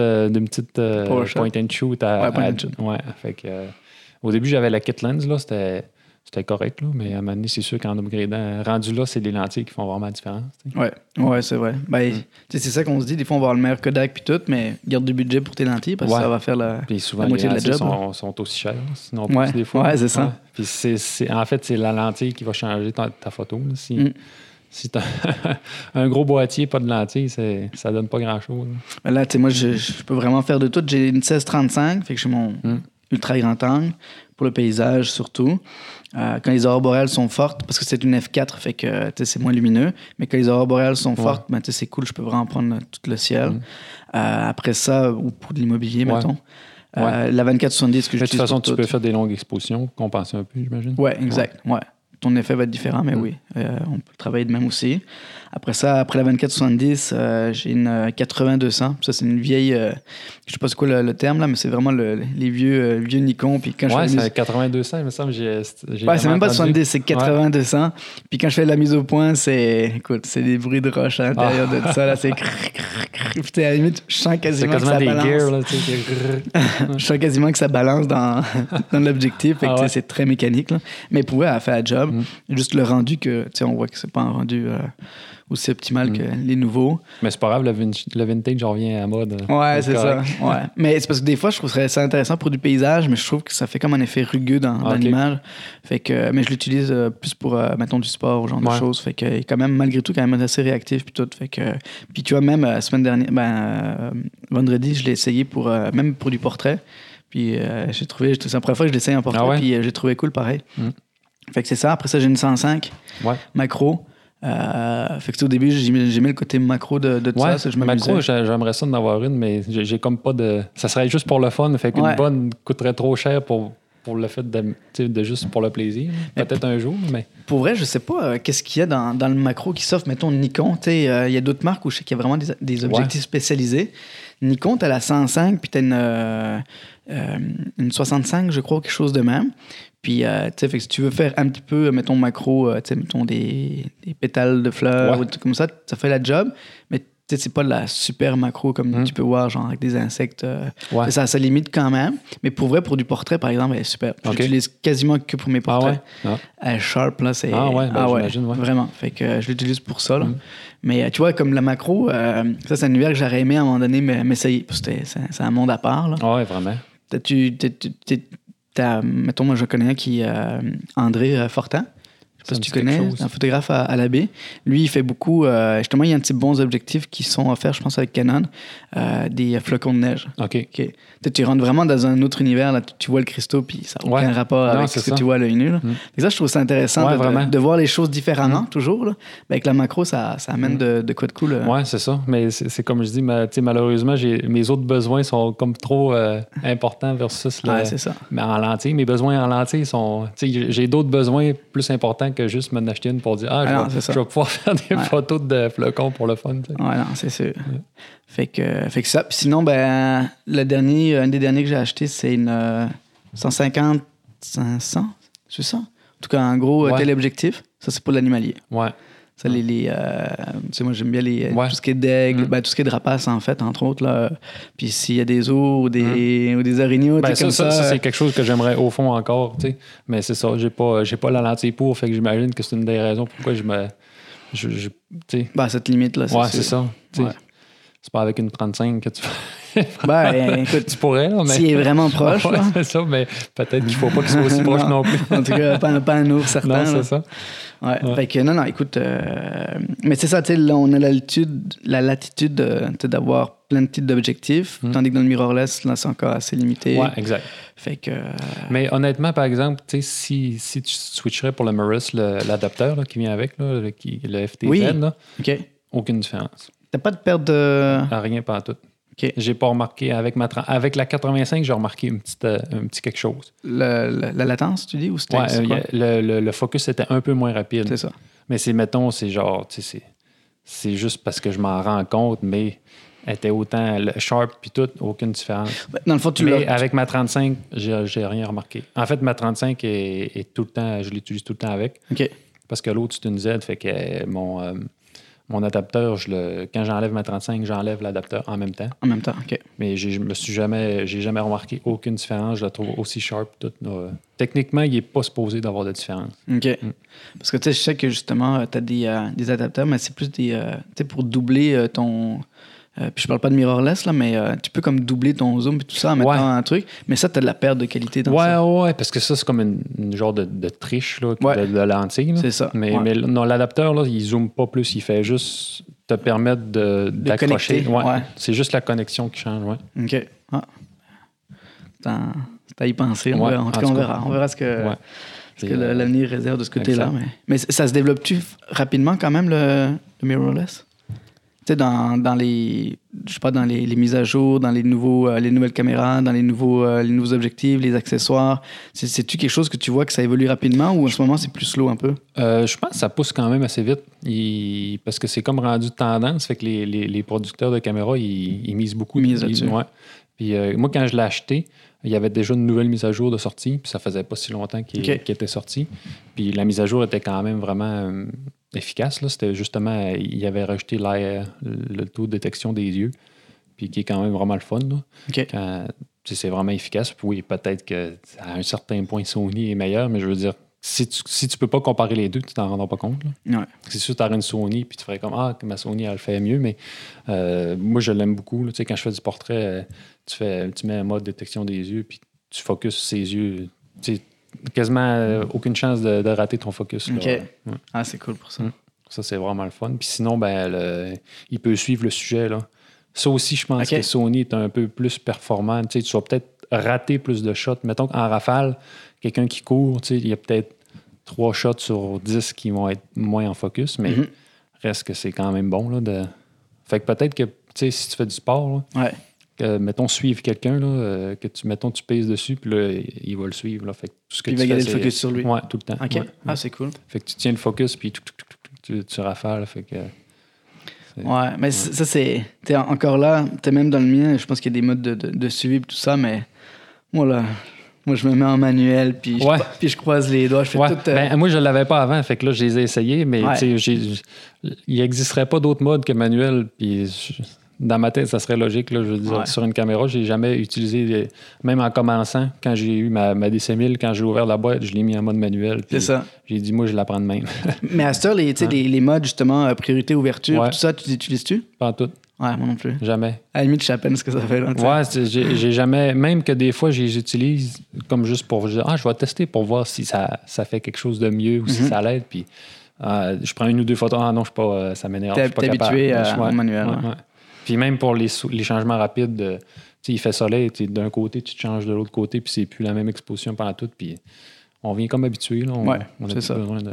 point and shoot à point and shoot. Ouais, fait que... au début, j'avais la kit lens, là, c'était correct, là, mais à un moment donné, c'est sûr qu'en upgradant, rendu là, c'est les lentilles qui font vraiment la différence. Ouais, c'est vrai. Ben, c'est ça qu'on se dit, des fois, on va avoir le meilleur Kodak puis tout, mais garde du budget pour tes lentilles parce que ça va faire la moitié de la job. Sont aussi chers, sinon plus des fois. Ouais, c'est ça. Puis en fait, c'est la lentille qui va changer ta photo. Là. Si tu as un gros boîtier, pas de lentilles, ça donne pas grand-chose. Ben là, tu sais, moi, je peux vraiment faire de tout. J'ai une 16-35, fait que j'ai mon ultra grand angle pour le paysage surtout. Quand les aurores boréales sont fortes, parce que c'est une F4, fait que c'est moins lumineux, mais quand les aurores boréales sont fortes, ben, c'est cool, je peux vraiment prendre tout le ciel. Après ça, ou pour de l'immobilier, mettons. La 24-70 que je de toute façon, tu peux faire des longues expositions, compenser un peu, j'imagine. Oui, exact. Ouais. Ton effet va être différent, mais oui, on peut travailler de même aussi. Après ça, après la 24-70, j'ai une 80-200. Ça, c'est une vieille... je sais pas c'est quoi le terme, là, mais c'est vraiment les vieux Nikon. Puis quand c'est 80-200, il me semble. C'est même pas 70, c'est 80-200. Puis quand je fais de la mise au point, c'est des bruits de roche à l'intérieur de tout ça. Là, c'est... Puis à la limite, je sens quasiment que ça balance. Gears, là, je sens quasiment que ça balance dans l'objectif. C'est très mécanique. Là. Mais pour elle, elle fait la job. Juste le rendu on voit que c'est pas un rendu aussi optimal que les nouveaux. Mais c'est pas grave, le vintage revient à la mode. Ouais, c'est ça. Ouais. Mais c'est parce que des fois, je trouve ça intéressant pour du paysage, mais je trouve que ça fait comme un effet rugueux dans l'image. Fait que, mais je l'utilise plus pour, mettons, du sport, ce genre de choses. Fait que, quand même, malgré tout, quand même assez réactif puis tout. Fait que, puis tu vois, même la semaine dernière, vendredi, je l'ai essayé même pour du portrait. Puis c'est la première fois que je l'essaye en portrait, puis j'ai trouvé cool pareil. Fait que c'est ça. Après ça, j'ai une 105 macro. Fait que au début, j'aimais le côté macro de tout ça. Je macro, j'aimerais ça d'en avoir une, mais j'ai comme pas de. Ça serait juste pour le fun. Fait qu'une bonne coûterait trop cher pour le fait de juste pour le plaisir. Peut-être un jour, mais. Pour vrai, je sais pas qu'est-ce qu'il y a dans le macro qui s'offre. Mettons Nikon. Il y a d'autres marques où je sais qu'il y a vraiment des objectifs spécialisés. Nikon, t'as la 105, puis t'as une 65, je crois, quelque chose de même. Puis, fait que si tu veux faire un petit peu, mettons, macro, mettons des pétales de fleurs ou des trucs comme ça fait la job. Mais c'est pas de la super macro comme tu peux voir, genre avec des insectes. Ça limite quand même. Mais pour vrai, pour du portrait, par exemple, elle est super. J'utilise quasiment que pour mes portraits. Elle est sharp, là, c'est... j'imagine, vraiment. Fait que je l'utilise pour ça, là. Mais tu vois, comme la macro, ça, c'est un univers que j'aurais aimé à un moment donné m'essayer. Parce que c'est un monde à part, là. Ah ouais, vraiment. Mettons, moi, je connais un qui est André Fortin. Je sais pas si tu connais, un photographe à la baie. Lui, il fait beaucoup... justement, il y a un petit bons objectifs qui sont offerts, je pense, avec Canon, des flocons de neige. OK. Tu rentres vraiment dans un autre univers. Là, tu vois le cristaux, puis ça n'a aucun rapport avec ce que tu vois à l'œil nu. Ça, je trouve ça intéressant de voir les choses différemment, toujours. Là. Avec la macro, ça amène de quoi de cool. Oui, c'est ça. Mais c'est comme je dis, malheureusement, mes autres besoins sont comme trop importants versus c'est ça. Mais en lentille. Mes besoins en lentille sont... J'ai d'autres besoins plus importants que juste m'en acheter une pour dire je vais pouvoir faire des photos de flocons pour le fun. T'sais. Ouais, non, c'est sûr. Fait que ça. Puis sinon, un des derniers que j'ai acheté, c'est une 150 500, c'est ça? En tout cas, un gros téléobjectif. Ça, c'est pour l'animalier. Ouais. Ça, moi, j'aime bien tout ce qui est d'aigle, tout ce qui est de rapaces, en fait, entre autres. Là. Puis s'il y a des ours ou des orignaux, comme ça, c'est quelque chose que j'aimerais au fond encore, tu sais. Mais c'est ça, j'ai pas la lentille pour, fait que j'imagine que c'est une des raisons pourquoi cette limite-là, c'est ça. C'est pas avec une 35 que tu écoute, tu pourrais, là, mais... S'il est vraiment proche, là. C'est ça, mais peut-être qu'il faut pas qu'il soit aussi proche non plus. En tout cas, pas un ours certain. Non, c'est ça. Ouais. Fait que non, écoute... mais c'est ça, tu sais, là, on a la latitude d'avoir plein de types d'objectifs, tandis que dans le mirrorless, là, c'est encore assez limité. Ouais, exact. Fait que... Mais honnêtement, par exemple, tu sais, si tu switcherais pour le mirrorless, l'adapteur là, qui vient avec, là, le FTZ, là, aucune différence. T'as pas de perte de... Rien, pas tout. Okay. J'ai pas remarqué. Avec la 85, j'ai remarqué un petit quelque chose. La latence, tu dis, ou c'était le focus était un peu moins rapide. C'est ça. Mais c'est genre, tu sais, c'est juste parce que je m'en rends compte, mais elle était autant sharp puis tout, aucune différence. Dans le fond, avec ma 35, j'ai rien remarqué. En fait, ma 35 est tout le temps, je l'utilise tout le temps avec. OK. Parce que l'autre, c'est une Z, fait que mon adapteur, quand j'enlève ma 35, j'enlève l'adapteur en même temps. En même temps, OK. Mais j'ai jamais remarqué aucune différence. Je la trouve aussi sharp. Techniquement, il n'est pas supposé d'avoir de différence. OK. Parce que tu sais, je sais que justement, tu as des adapteurs, mais c'est plus tu sais, pour doubler ton... puis je parle pas de mirrorless, là, mais tu peux comme doubler ton zoom et tout ça en mettant un truc. Mais ça, tu as de la perte de qualité dans ça. Ouais, parce que ça, c'est comme une genre de triche là, de lentille. Là. C'est ça. Mais non, l'adapteur, là, il zoome pas plus. Il fait juste te permettre d'accrocher. C'est juste la connexion qui change. Ouais. OK. T'as y pensé. En tout cas, on verra. On verra ce que l'avenir réserve de ce côté-là. Mais ça se développe-tu rapidement quand même, le mirrorless? Tu sais, dans les mises à jour, dans les nouvelles caméras, dans les nouveaux objectifs, les accessoires, c'est-tu quelque chose que tu vois que ça évolue rapidement ou en ce moment c'est plus slow un peu? Je pense que ça pousse quand même assez vite parce que c'est comme rendu tendance, fait que les producteurs de caméras, ils misent beaucoup. Là-dessus. Ouais. Puis moi, quand je l'ai acheté, il y avait déjà une nouvelle mise à jour de sortie, puis ça faisait pas si longtemps qu'il était sorti. Puis la mise à jour était quand même vraiment efficace. Là. C'était justement, il avait rajouté le taux de détection des yeux, puis qui est quand même vraiment le fun. Là. C'est vraiment efficace. Puis oui, peut-être qu'à un certain point, Sony est meilleur, mais je veux dire, si tu peux pas comparer les deux, tu t'en rendras pas compte. Là. Ouais. C'est sûr, tu aurais une Sony, puis tu ferais comme que ma Sony, elle le fait mieux, mais moi, je l'aime beaucoup. Là. Tu sais, quand je fais du portrait, tu mets un mode détection des yeux, puis tu focuses sur ses yeux. Tu sais, quasiment aucune chance de rater ton focus. Là. OK. Ouais. Ah, c'est cool pour ça. Ça, c'est vraiment le fun. Puis sinon, il peut suivre le sujet. Là. Ça aussi, je pense que Sony est un peu plus performant. Tu sais, tu vas peut-être rater plus de shots. Mettons qu'en rafale, quelqu'un qui court, tu sais, il y a peut-être 3 shots sur 10 qui vont être moins en focus, mais reste que c'est quand même bon. Là, Fait que peut-être que, tu sais, si tu fais du sport, là, que, mettons, suivre quelqu'un, là, que tu pèses dessus, puis là, il va le suivre. Là. Fait que tout ce que il va garder le focus sur lui. Ouais, tout le temps. OK. Ouais. C'est cool. Fait que tu tiens le focus, puis tu rafales. Fait que... Ouais, mais ça, c'est... T'es encore là, t'es même dans le mien, je pense qu'il y a des modes de suivi et tout ça, mais moi, je me mets en manuel, puis je croise les doigts, je fais tout... moi, je ne l'avais pas avant, fait que là, je les ai essayés, mais il n'existerait pas d'autre mode que manuel, puis... Dans ma tête, ça serait logique. Là, je veux dire, sur une caméra, je n'ai jamais utilisé, même en commençant, quand j'ai eu ma DC-1000, quand j'ai ouvert la boîte, je l'ai mis en mode manuel. C'est ça. J'ai dit, moi, je la prends de même. Mais à cette heure, les modes, justement, priorité, ouverture, tout ça, tu les utilises-tu? Pas en tout. Ouais, moi non plus. Jamais. À la limite, je sais à peine ce que ça fait. Là, j'ai jamais... Même que des fois, je les utilise comme juste pour dire, je vais tester pour voir si ça fait quelque chose de mieux ou si ça l'aide, puis je prends 1 ou 2 photos. Ah non, je suis pas... Ça m'énerve. T'es habitué au manuel. Ouais. Puis même pour les changements rapides, il fait soleil, d'un côté, tu te changes de l'autre côté, puis c'est plus la même exposition pendant tout, puis on vient comme habitué. Là, on a plus besoin de...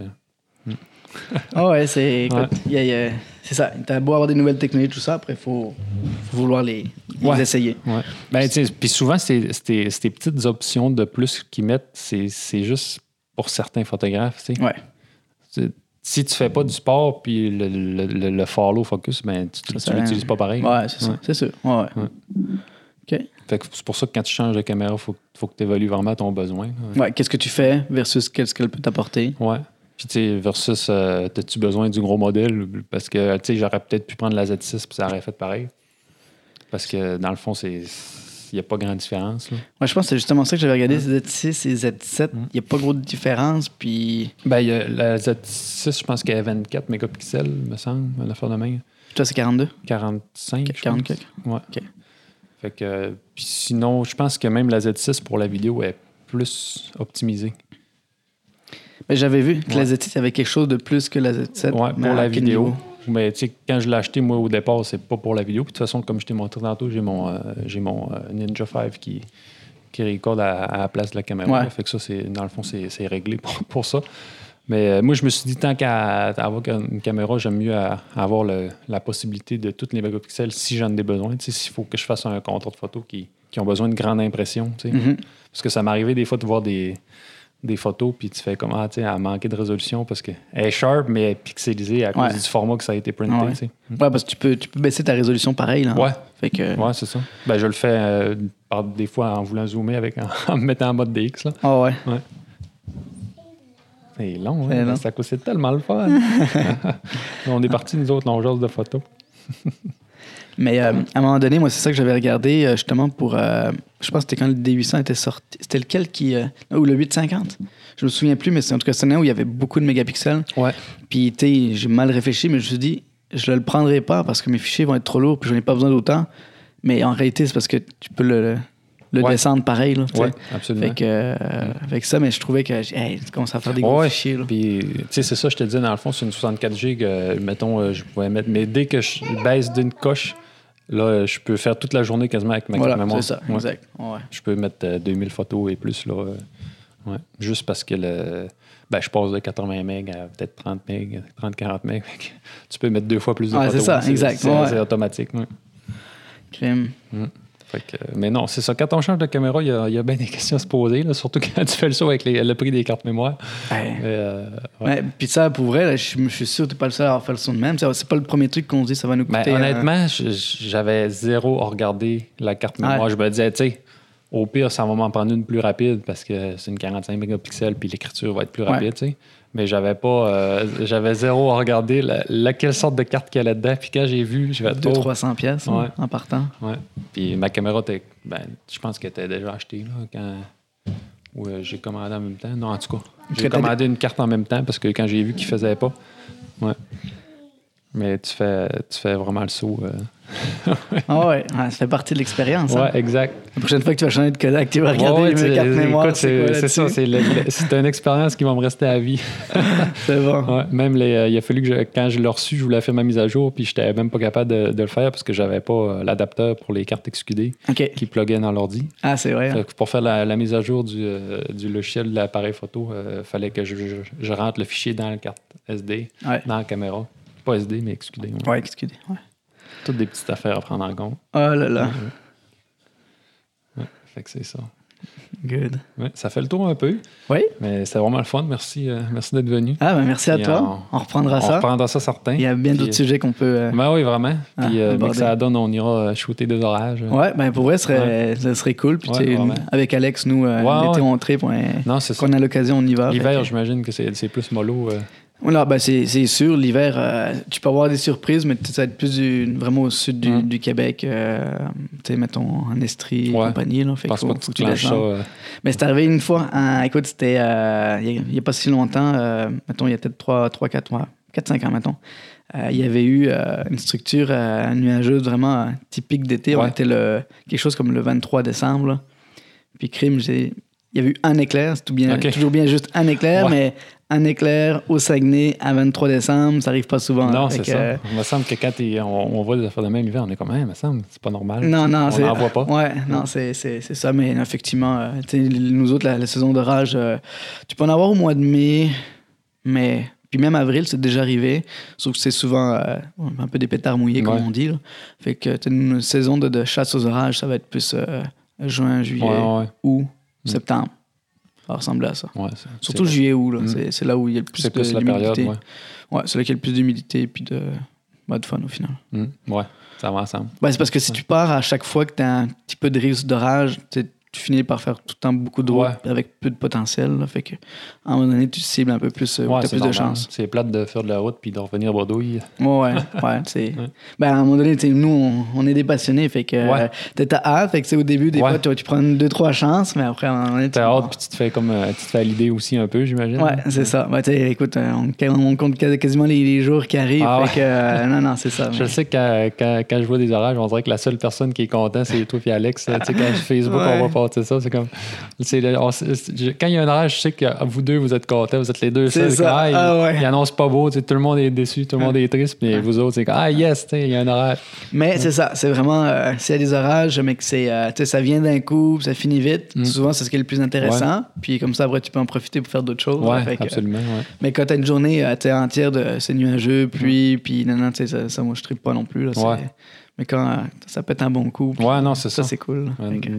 c'est ça. T'as beau avoir des nouvelles technologies, tout ça, après, il faut vouloir les essayer. Ouais. Puis souvent, ces petites options de plus qu'ils mettent, c'est juste pour certains photographes. T'sais. Ouais. Si tu fais pas du sport, puis le follow focus, tu l'utilises pas pareil. Ouais, c'est ça. C'est sûr. Ouais. OK. Fait que c'est pour ça que quand tu changes de caméra, il faut que tu évalues vraiment ton besoin. Ouais, qu'est-ce que tu fais versus qu'est-ce qu'elle peut t'apporter. Ouais. Puis, tu sais, versus, as-tu besoin du gros modèle? Parce que, tu sais, j'aurais peut-être pu prendre la Z6 puis ça aurait fait pareil. Parce que, dans le fond, il n'y a pas grande différence. Là. Ouais, je pense que c'est justement ça que j'avais regardé, Z6 et Z7. Il n'y a pas gros de différence. Puis... la Z6, je pense qu'elle a 24 mégapixels, me semble, une affaire de main. Toi, c'est 42? 45, 44. Ouais. OK. Fait que, puis sinon, je pense que même la Z6 pour la vidéo est plus optimisée. Mais j'avais vu que la Z6, il y avait quelque chose de plus que la Z7. Ouais, pour la vidéo. Mais tu sais, quand je l'ai acheté, moi, au départ, c'est pas pour la vidéo. Puis de toute façon, comme je t'ai montré tantôt, j'ai mon Ninja 5 qui recorde à la place de la caméra. Ouais. Fait que ça, dans le fond, c'est réglé pour ça. Mais moi, je me suis dit, tant qu'à avoir une caméra, j'aime mieux avoir la possibilité de toutes les mégapixels si j'en ai besoin. Tu sais, s'il faut que je fasse un contrôle de photos qui ont besoin de grande impression. Tu sais. Parce que ça m'arrivait des fois de voir des photos, puis tu fais comme, tu sais, elle manquait de résolution parce qu'elle est sharp, mais elle est pixelisée à cause du format que ça a été printé. Ouais, tu sais. Ouais, parce que tu peux baisser ta résolution pareil. Là, ouais. Fait que... Ouais, c'est ça. Je le fais des fois en voulant zoomer en me mettant en mode DX. Là. Ah ouais. C'est long, hein? Ça c'est tellement le fun. On est partis, nous autres, longeuse de photos. Mais à un moment donné, moi, c'est ça que j'avais regardé justement pour... je pense que c'était quand le D800 était sorti. C'était lequel qui... ou le 850? Je me souviens plus, mais c'est en tout cas c'est un où il y avait beaucoup de mégapixels. Ouais. Puis, tu sais, j'ai mal réfléchi, mais je me suis dit, je le prendrai pas parce que mes fichiers vont être trop lourds puis je n'ai pas besoin d'autant. Mais en réalité, c'est parce que tu peux le descendre pareil. Oui, absolument. Fait que ça, mais je trouvais que tu commences à faire des gros fichiers. Puis, tu sais, c'est ça, je te dis, dans le fond, c'est une 64 GB. Mettons, je pouvais mettre... Mais dès que je baisse d'une coche, là, je peux faire toute la journée quasiment avec ma carte mémoire. C'est ça, exact. Ouais. Je peux mettre 2000 photos et plus, là. Juste parce que je passe de 80 MB à peut-être 30 MB, 30-40 MB. Tu peux mettre 2 fois plus de photos. C'est ça, exact. C'est automatique. Crème. Fait que, mais non, c'est ça. Quand on change de caméra, il y a bien des questions à se poser, là, surtout quand tu fais le saut avec le prix des cartes mémoire. Puis ça, pour vrai, là, je suis sûr que tu n'es pas le seul à avoir fait le saut de même. C'est pas le premier truc qu'on se dit ça va nous coûter. Honnêtement, j'avais zéro à regarder la carte mémoire. Je me disais, tu sais, au pire, ça va m'en prendre une plus rapide parce que c'est une 45 mégapixels puis l'écriture va être plus rapide, tu sais. Mais j'avais zéro à regarder quelle sorte de carte qu'il y a là-dedans. Puis quand j'ai vu, je vais 200-300 pièces en partant. Ouais. Puis ma caméra, je pense qu'elle était déjà achetée là, Ou j'ai commandé en même temps. Non, en tout cas, j'ai commandé une carte en même temps parce que quand j'ai vu qu'ils ne faisaient pas. Ouais. Mais tu fais vraiment le saut. Ah ouais, ça fait partie de l'expérience. Ouais, exact. La prochaine fois que tu vas changer de Kodak, tu vas regarder mes cartes mémoire. Écoute, c'est ça, c'est une expérience qui va me rester à vie. C'est bon. Ouais, même il a fallu que quand je l'ai reçu, je voulais faire ma mise à jour, puis je n'étais même pas capable de le faire parce que j'avais pas l'adapteur pour les cartes XQD qui pluguait dans l'ordi. Ah, c'est vrai. Pour faire la mise à jour du logiciel de l'appareil photo, il fallait que je rentre le fichier dans la carte SD, dans la caméra. Pas SD, mais XQD. Ouais, XQD, ouais. Toutes des petites affaires à prendre en compte. Oh là là. Ouais, fait que c'est ça. Good. Ouais, ça fait le tour un peu. Oui. Mais c'était vraiment le fun. Merci d'être venu. Ah, ben merci à toi. On reprendra ça. On reprendra ça, certain. Il y a bien d'autres sujets qu'on peut... Ben oui, vraiment. Puis que ça donne, on ira shooter des orages. Ouais, ben pour vrai, ça serait cool. Puis avec Alex, nous, l'été, on tripe. Quand on a l'occasion, on y va. L'hiver, j'imagine que c'est plus mollo. Voilà, ben c'est sûr, l'hiver, tu peux avoir des surprises, mais ça va être plus vraiment au sud du Québec, tu sais, mettons en Estrie et compagnie. Là, fait pense pas que tu clenches ça. Mais c'est arrivé une fois, écoute, c'était il n'y a pas si longtemps, mettons, il y a peut-être 4-5 ans, mettons. Il y avait eu une structure nuageuse vraiment typique d'été. On était quelque chose comme le 23 décembre. Là. Puis crime, il y avait eu un éclair, c'est toujours bien juste un éclair, mais un éclair au Saguenay à 23 décembre, ça arrive pas souvent. Non, c'est ça. Il me semble que quand on voit des affaires de même l'hiver, on est comme, il me semble, c'est pas normal. Non, on n'en voit pas. Ouais, non, c'est ça, mais effectivement, nous autres, la saison d'orage, tu peux en avoir au mois de mai, mais... Puis même avril, c'est déjà arrivé. Sauf que c'est souvent un peu des pétards mouillés, comme on dit. Là. Fait que une saison de chasse aux orages, ça va être plus juin, juillet, août, septembre. Ça ressemble à ça. Ouais, surtout juillet, août. Là. C'est là où il y a le plus de l'humidité. Période, c'est là qu'il y a le plus d'humidité et puis de fun au final. Ouais, ça va ensemble. C'est parce que si tu pars à chaque fois que tu as un petit peu de risque d'orage, tu finis par faire tout le temps beaucoup de route avec peu de potentiel. Là, fait que, à un moment donné, tu cibles un peu plus, tu as plus de chance. C'est plate de faire de la route puis de revenir bredouille. Ouais. Ben, à un moment donné, nous, on est des passionnés. Fait que t'as hâte. Fait que, au début, des fois, tu prends 2-3 chances, mais après, à un moment donné, t'as hâte puis tu te fais à l'idée aussi un peu, j'imagine. Ouais, c'est ça. Ben, écoute, on compte quasiment les jours qui arrivent. Fait que, non, c'est ça. Je sais que quand je vois des orages, on dirait que la seule personne qui est contente, c'est toi et Alex. Tu sais, quand Facebook, on va pas. C'est ça, c'est comme. Quand il y a un orage, je sais que vous deux, vous êtes contents, vous êtes les deux seuls. Il annonce pas beau, tout le monde est déçu, tout le monde est triste, mais vous autres, c'est comme yes, il y a un orage. Mais c'est ça, c'est vraiment. S'il y a des orages, mais que ça vient d'un coup, ça finit vite, souvent, c'est ce qui est le plus intéressant. Puis comme ça, après, tu peux en profiter pour faire d'autres choses. Ouais, absolument. Mais quand tu as une journée entière de c'est nuageux, pluie, puis non, ça, moi, je tripe pas non plus. Là, mais quand ça pète un bon coup, c'est ça. C'est cool.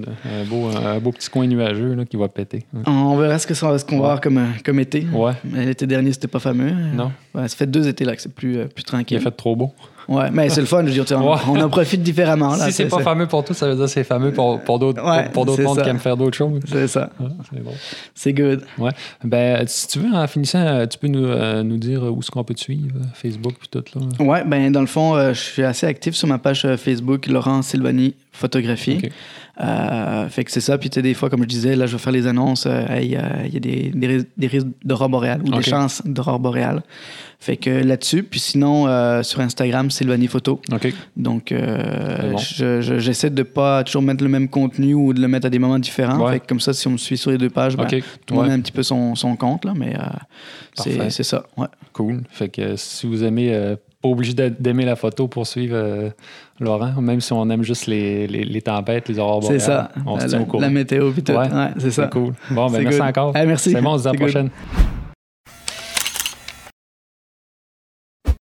Un beau petit coin nuageux là, qui va péter. On verra ce qu'on va avoir comme été. Ouais. Mais l'été dernier, c'était pas fameux. Non. Ça fait 2 étés là que c'est plus tranquille. Il a fait trop beau. Ouais, mais c'est le fun, je veux dire, on en profite différemment. Là, si c'est pas fameux pour toi, ça veut dire que c'est fameux pour d'autres mondes qui aiment faire d'autres choses. C'est ça. C'est bon. C'est good. Ouais. Ben, si tu veux, en finissant, tu peux nous dire où est-ce qu'on peut te suivre, Facebook puis tout là. Ouais, ben dans le fond, je suis assez actif sur ma page Facebook, Laurent Silvani Photographie. Okay. Fait que c'est ça. Puis tu sais, des fois, comme je disais, là, je vais faire les annonces. Il y a des risques d'aurore boréale ou des chances d'aurore boréale. Fait que là-dessus. Puis sinon, sur Instagram, Silvani Photo. Okay. Donc, j'essaie de pas toujours mettre le même contenu ou de le mettre à des moments différents. Fait que comme ça, si on me suit sur les 2 pages, tout le monde a un petit peu son compte. Là, mais c'est ça. Ouais. Cool. Fait que si vous aimez... pas obligé d'aimer la photo pour suivre Laurent, même si on aime juste les tempêtes, les aurores boréales. C'est ça. On se tient au courant. La météo, puis tout. Ouais, c'est ça. C'est cool. Bon, ben merci encore. Merci. C'est bon, on se dit à la prochaine.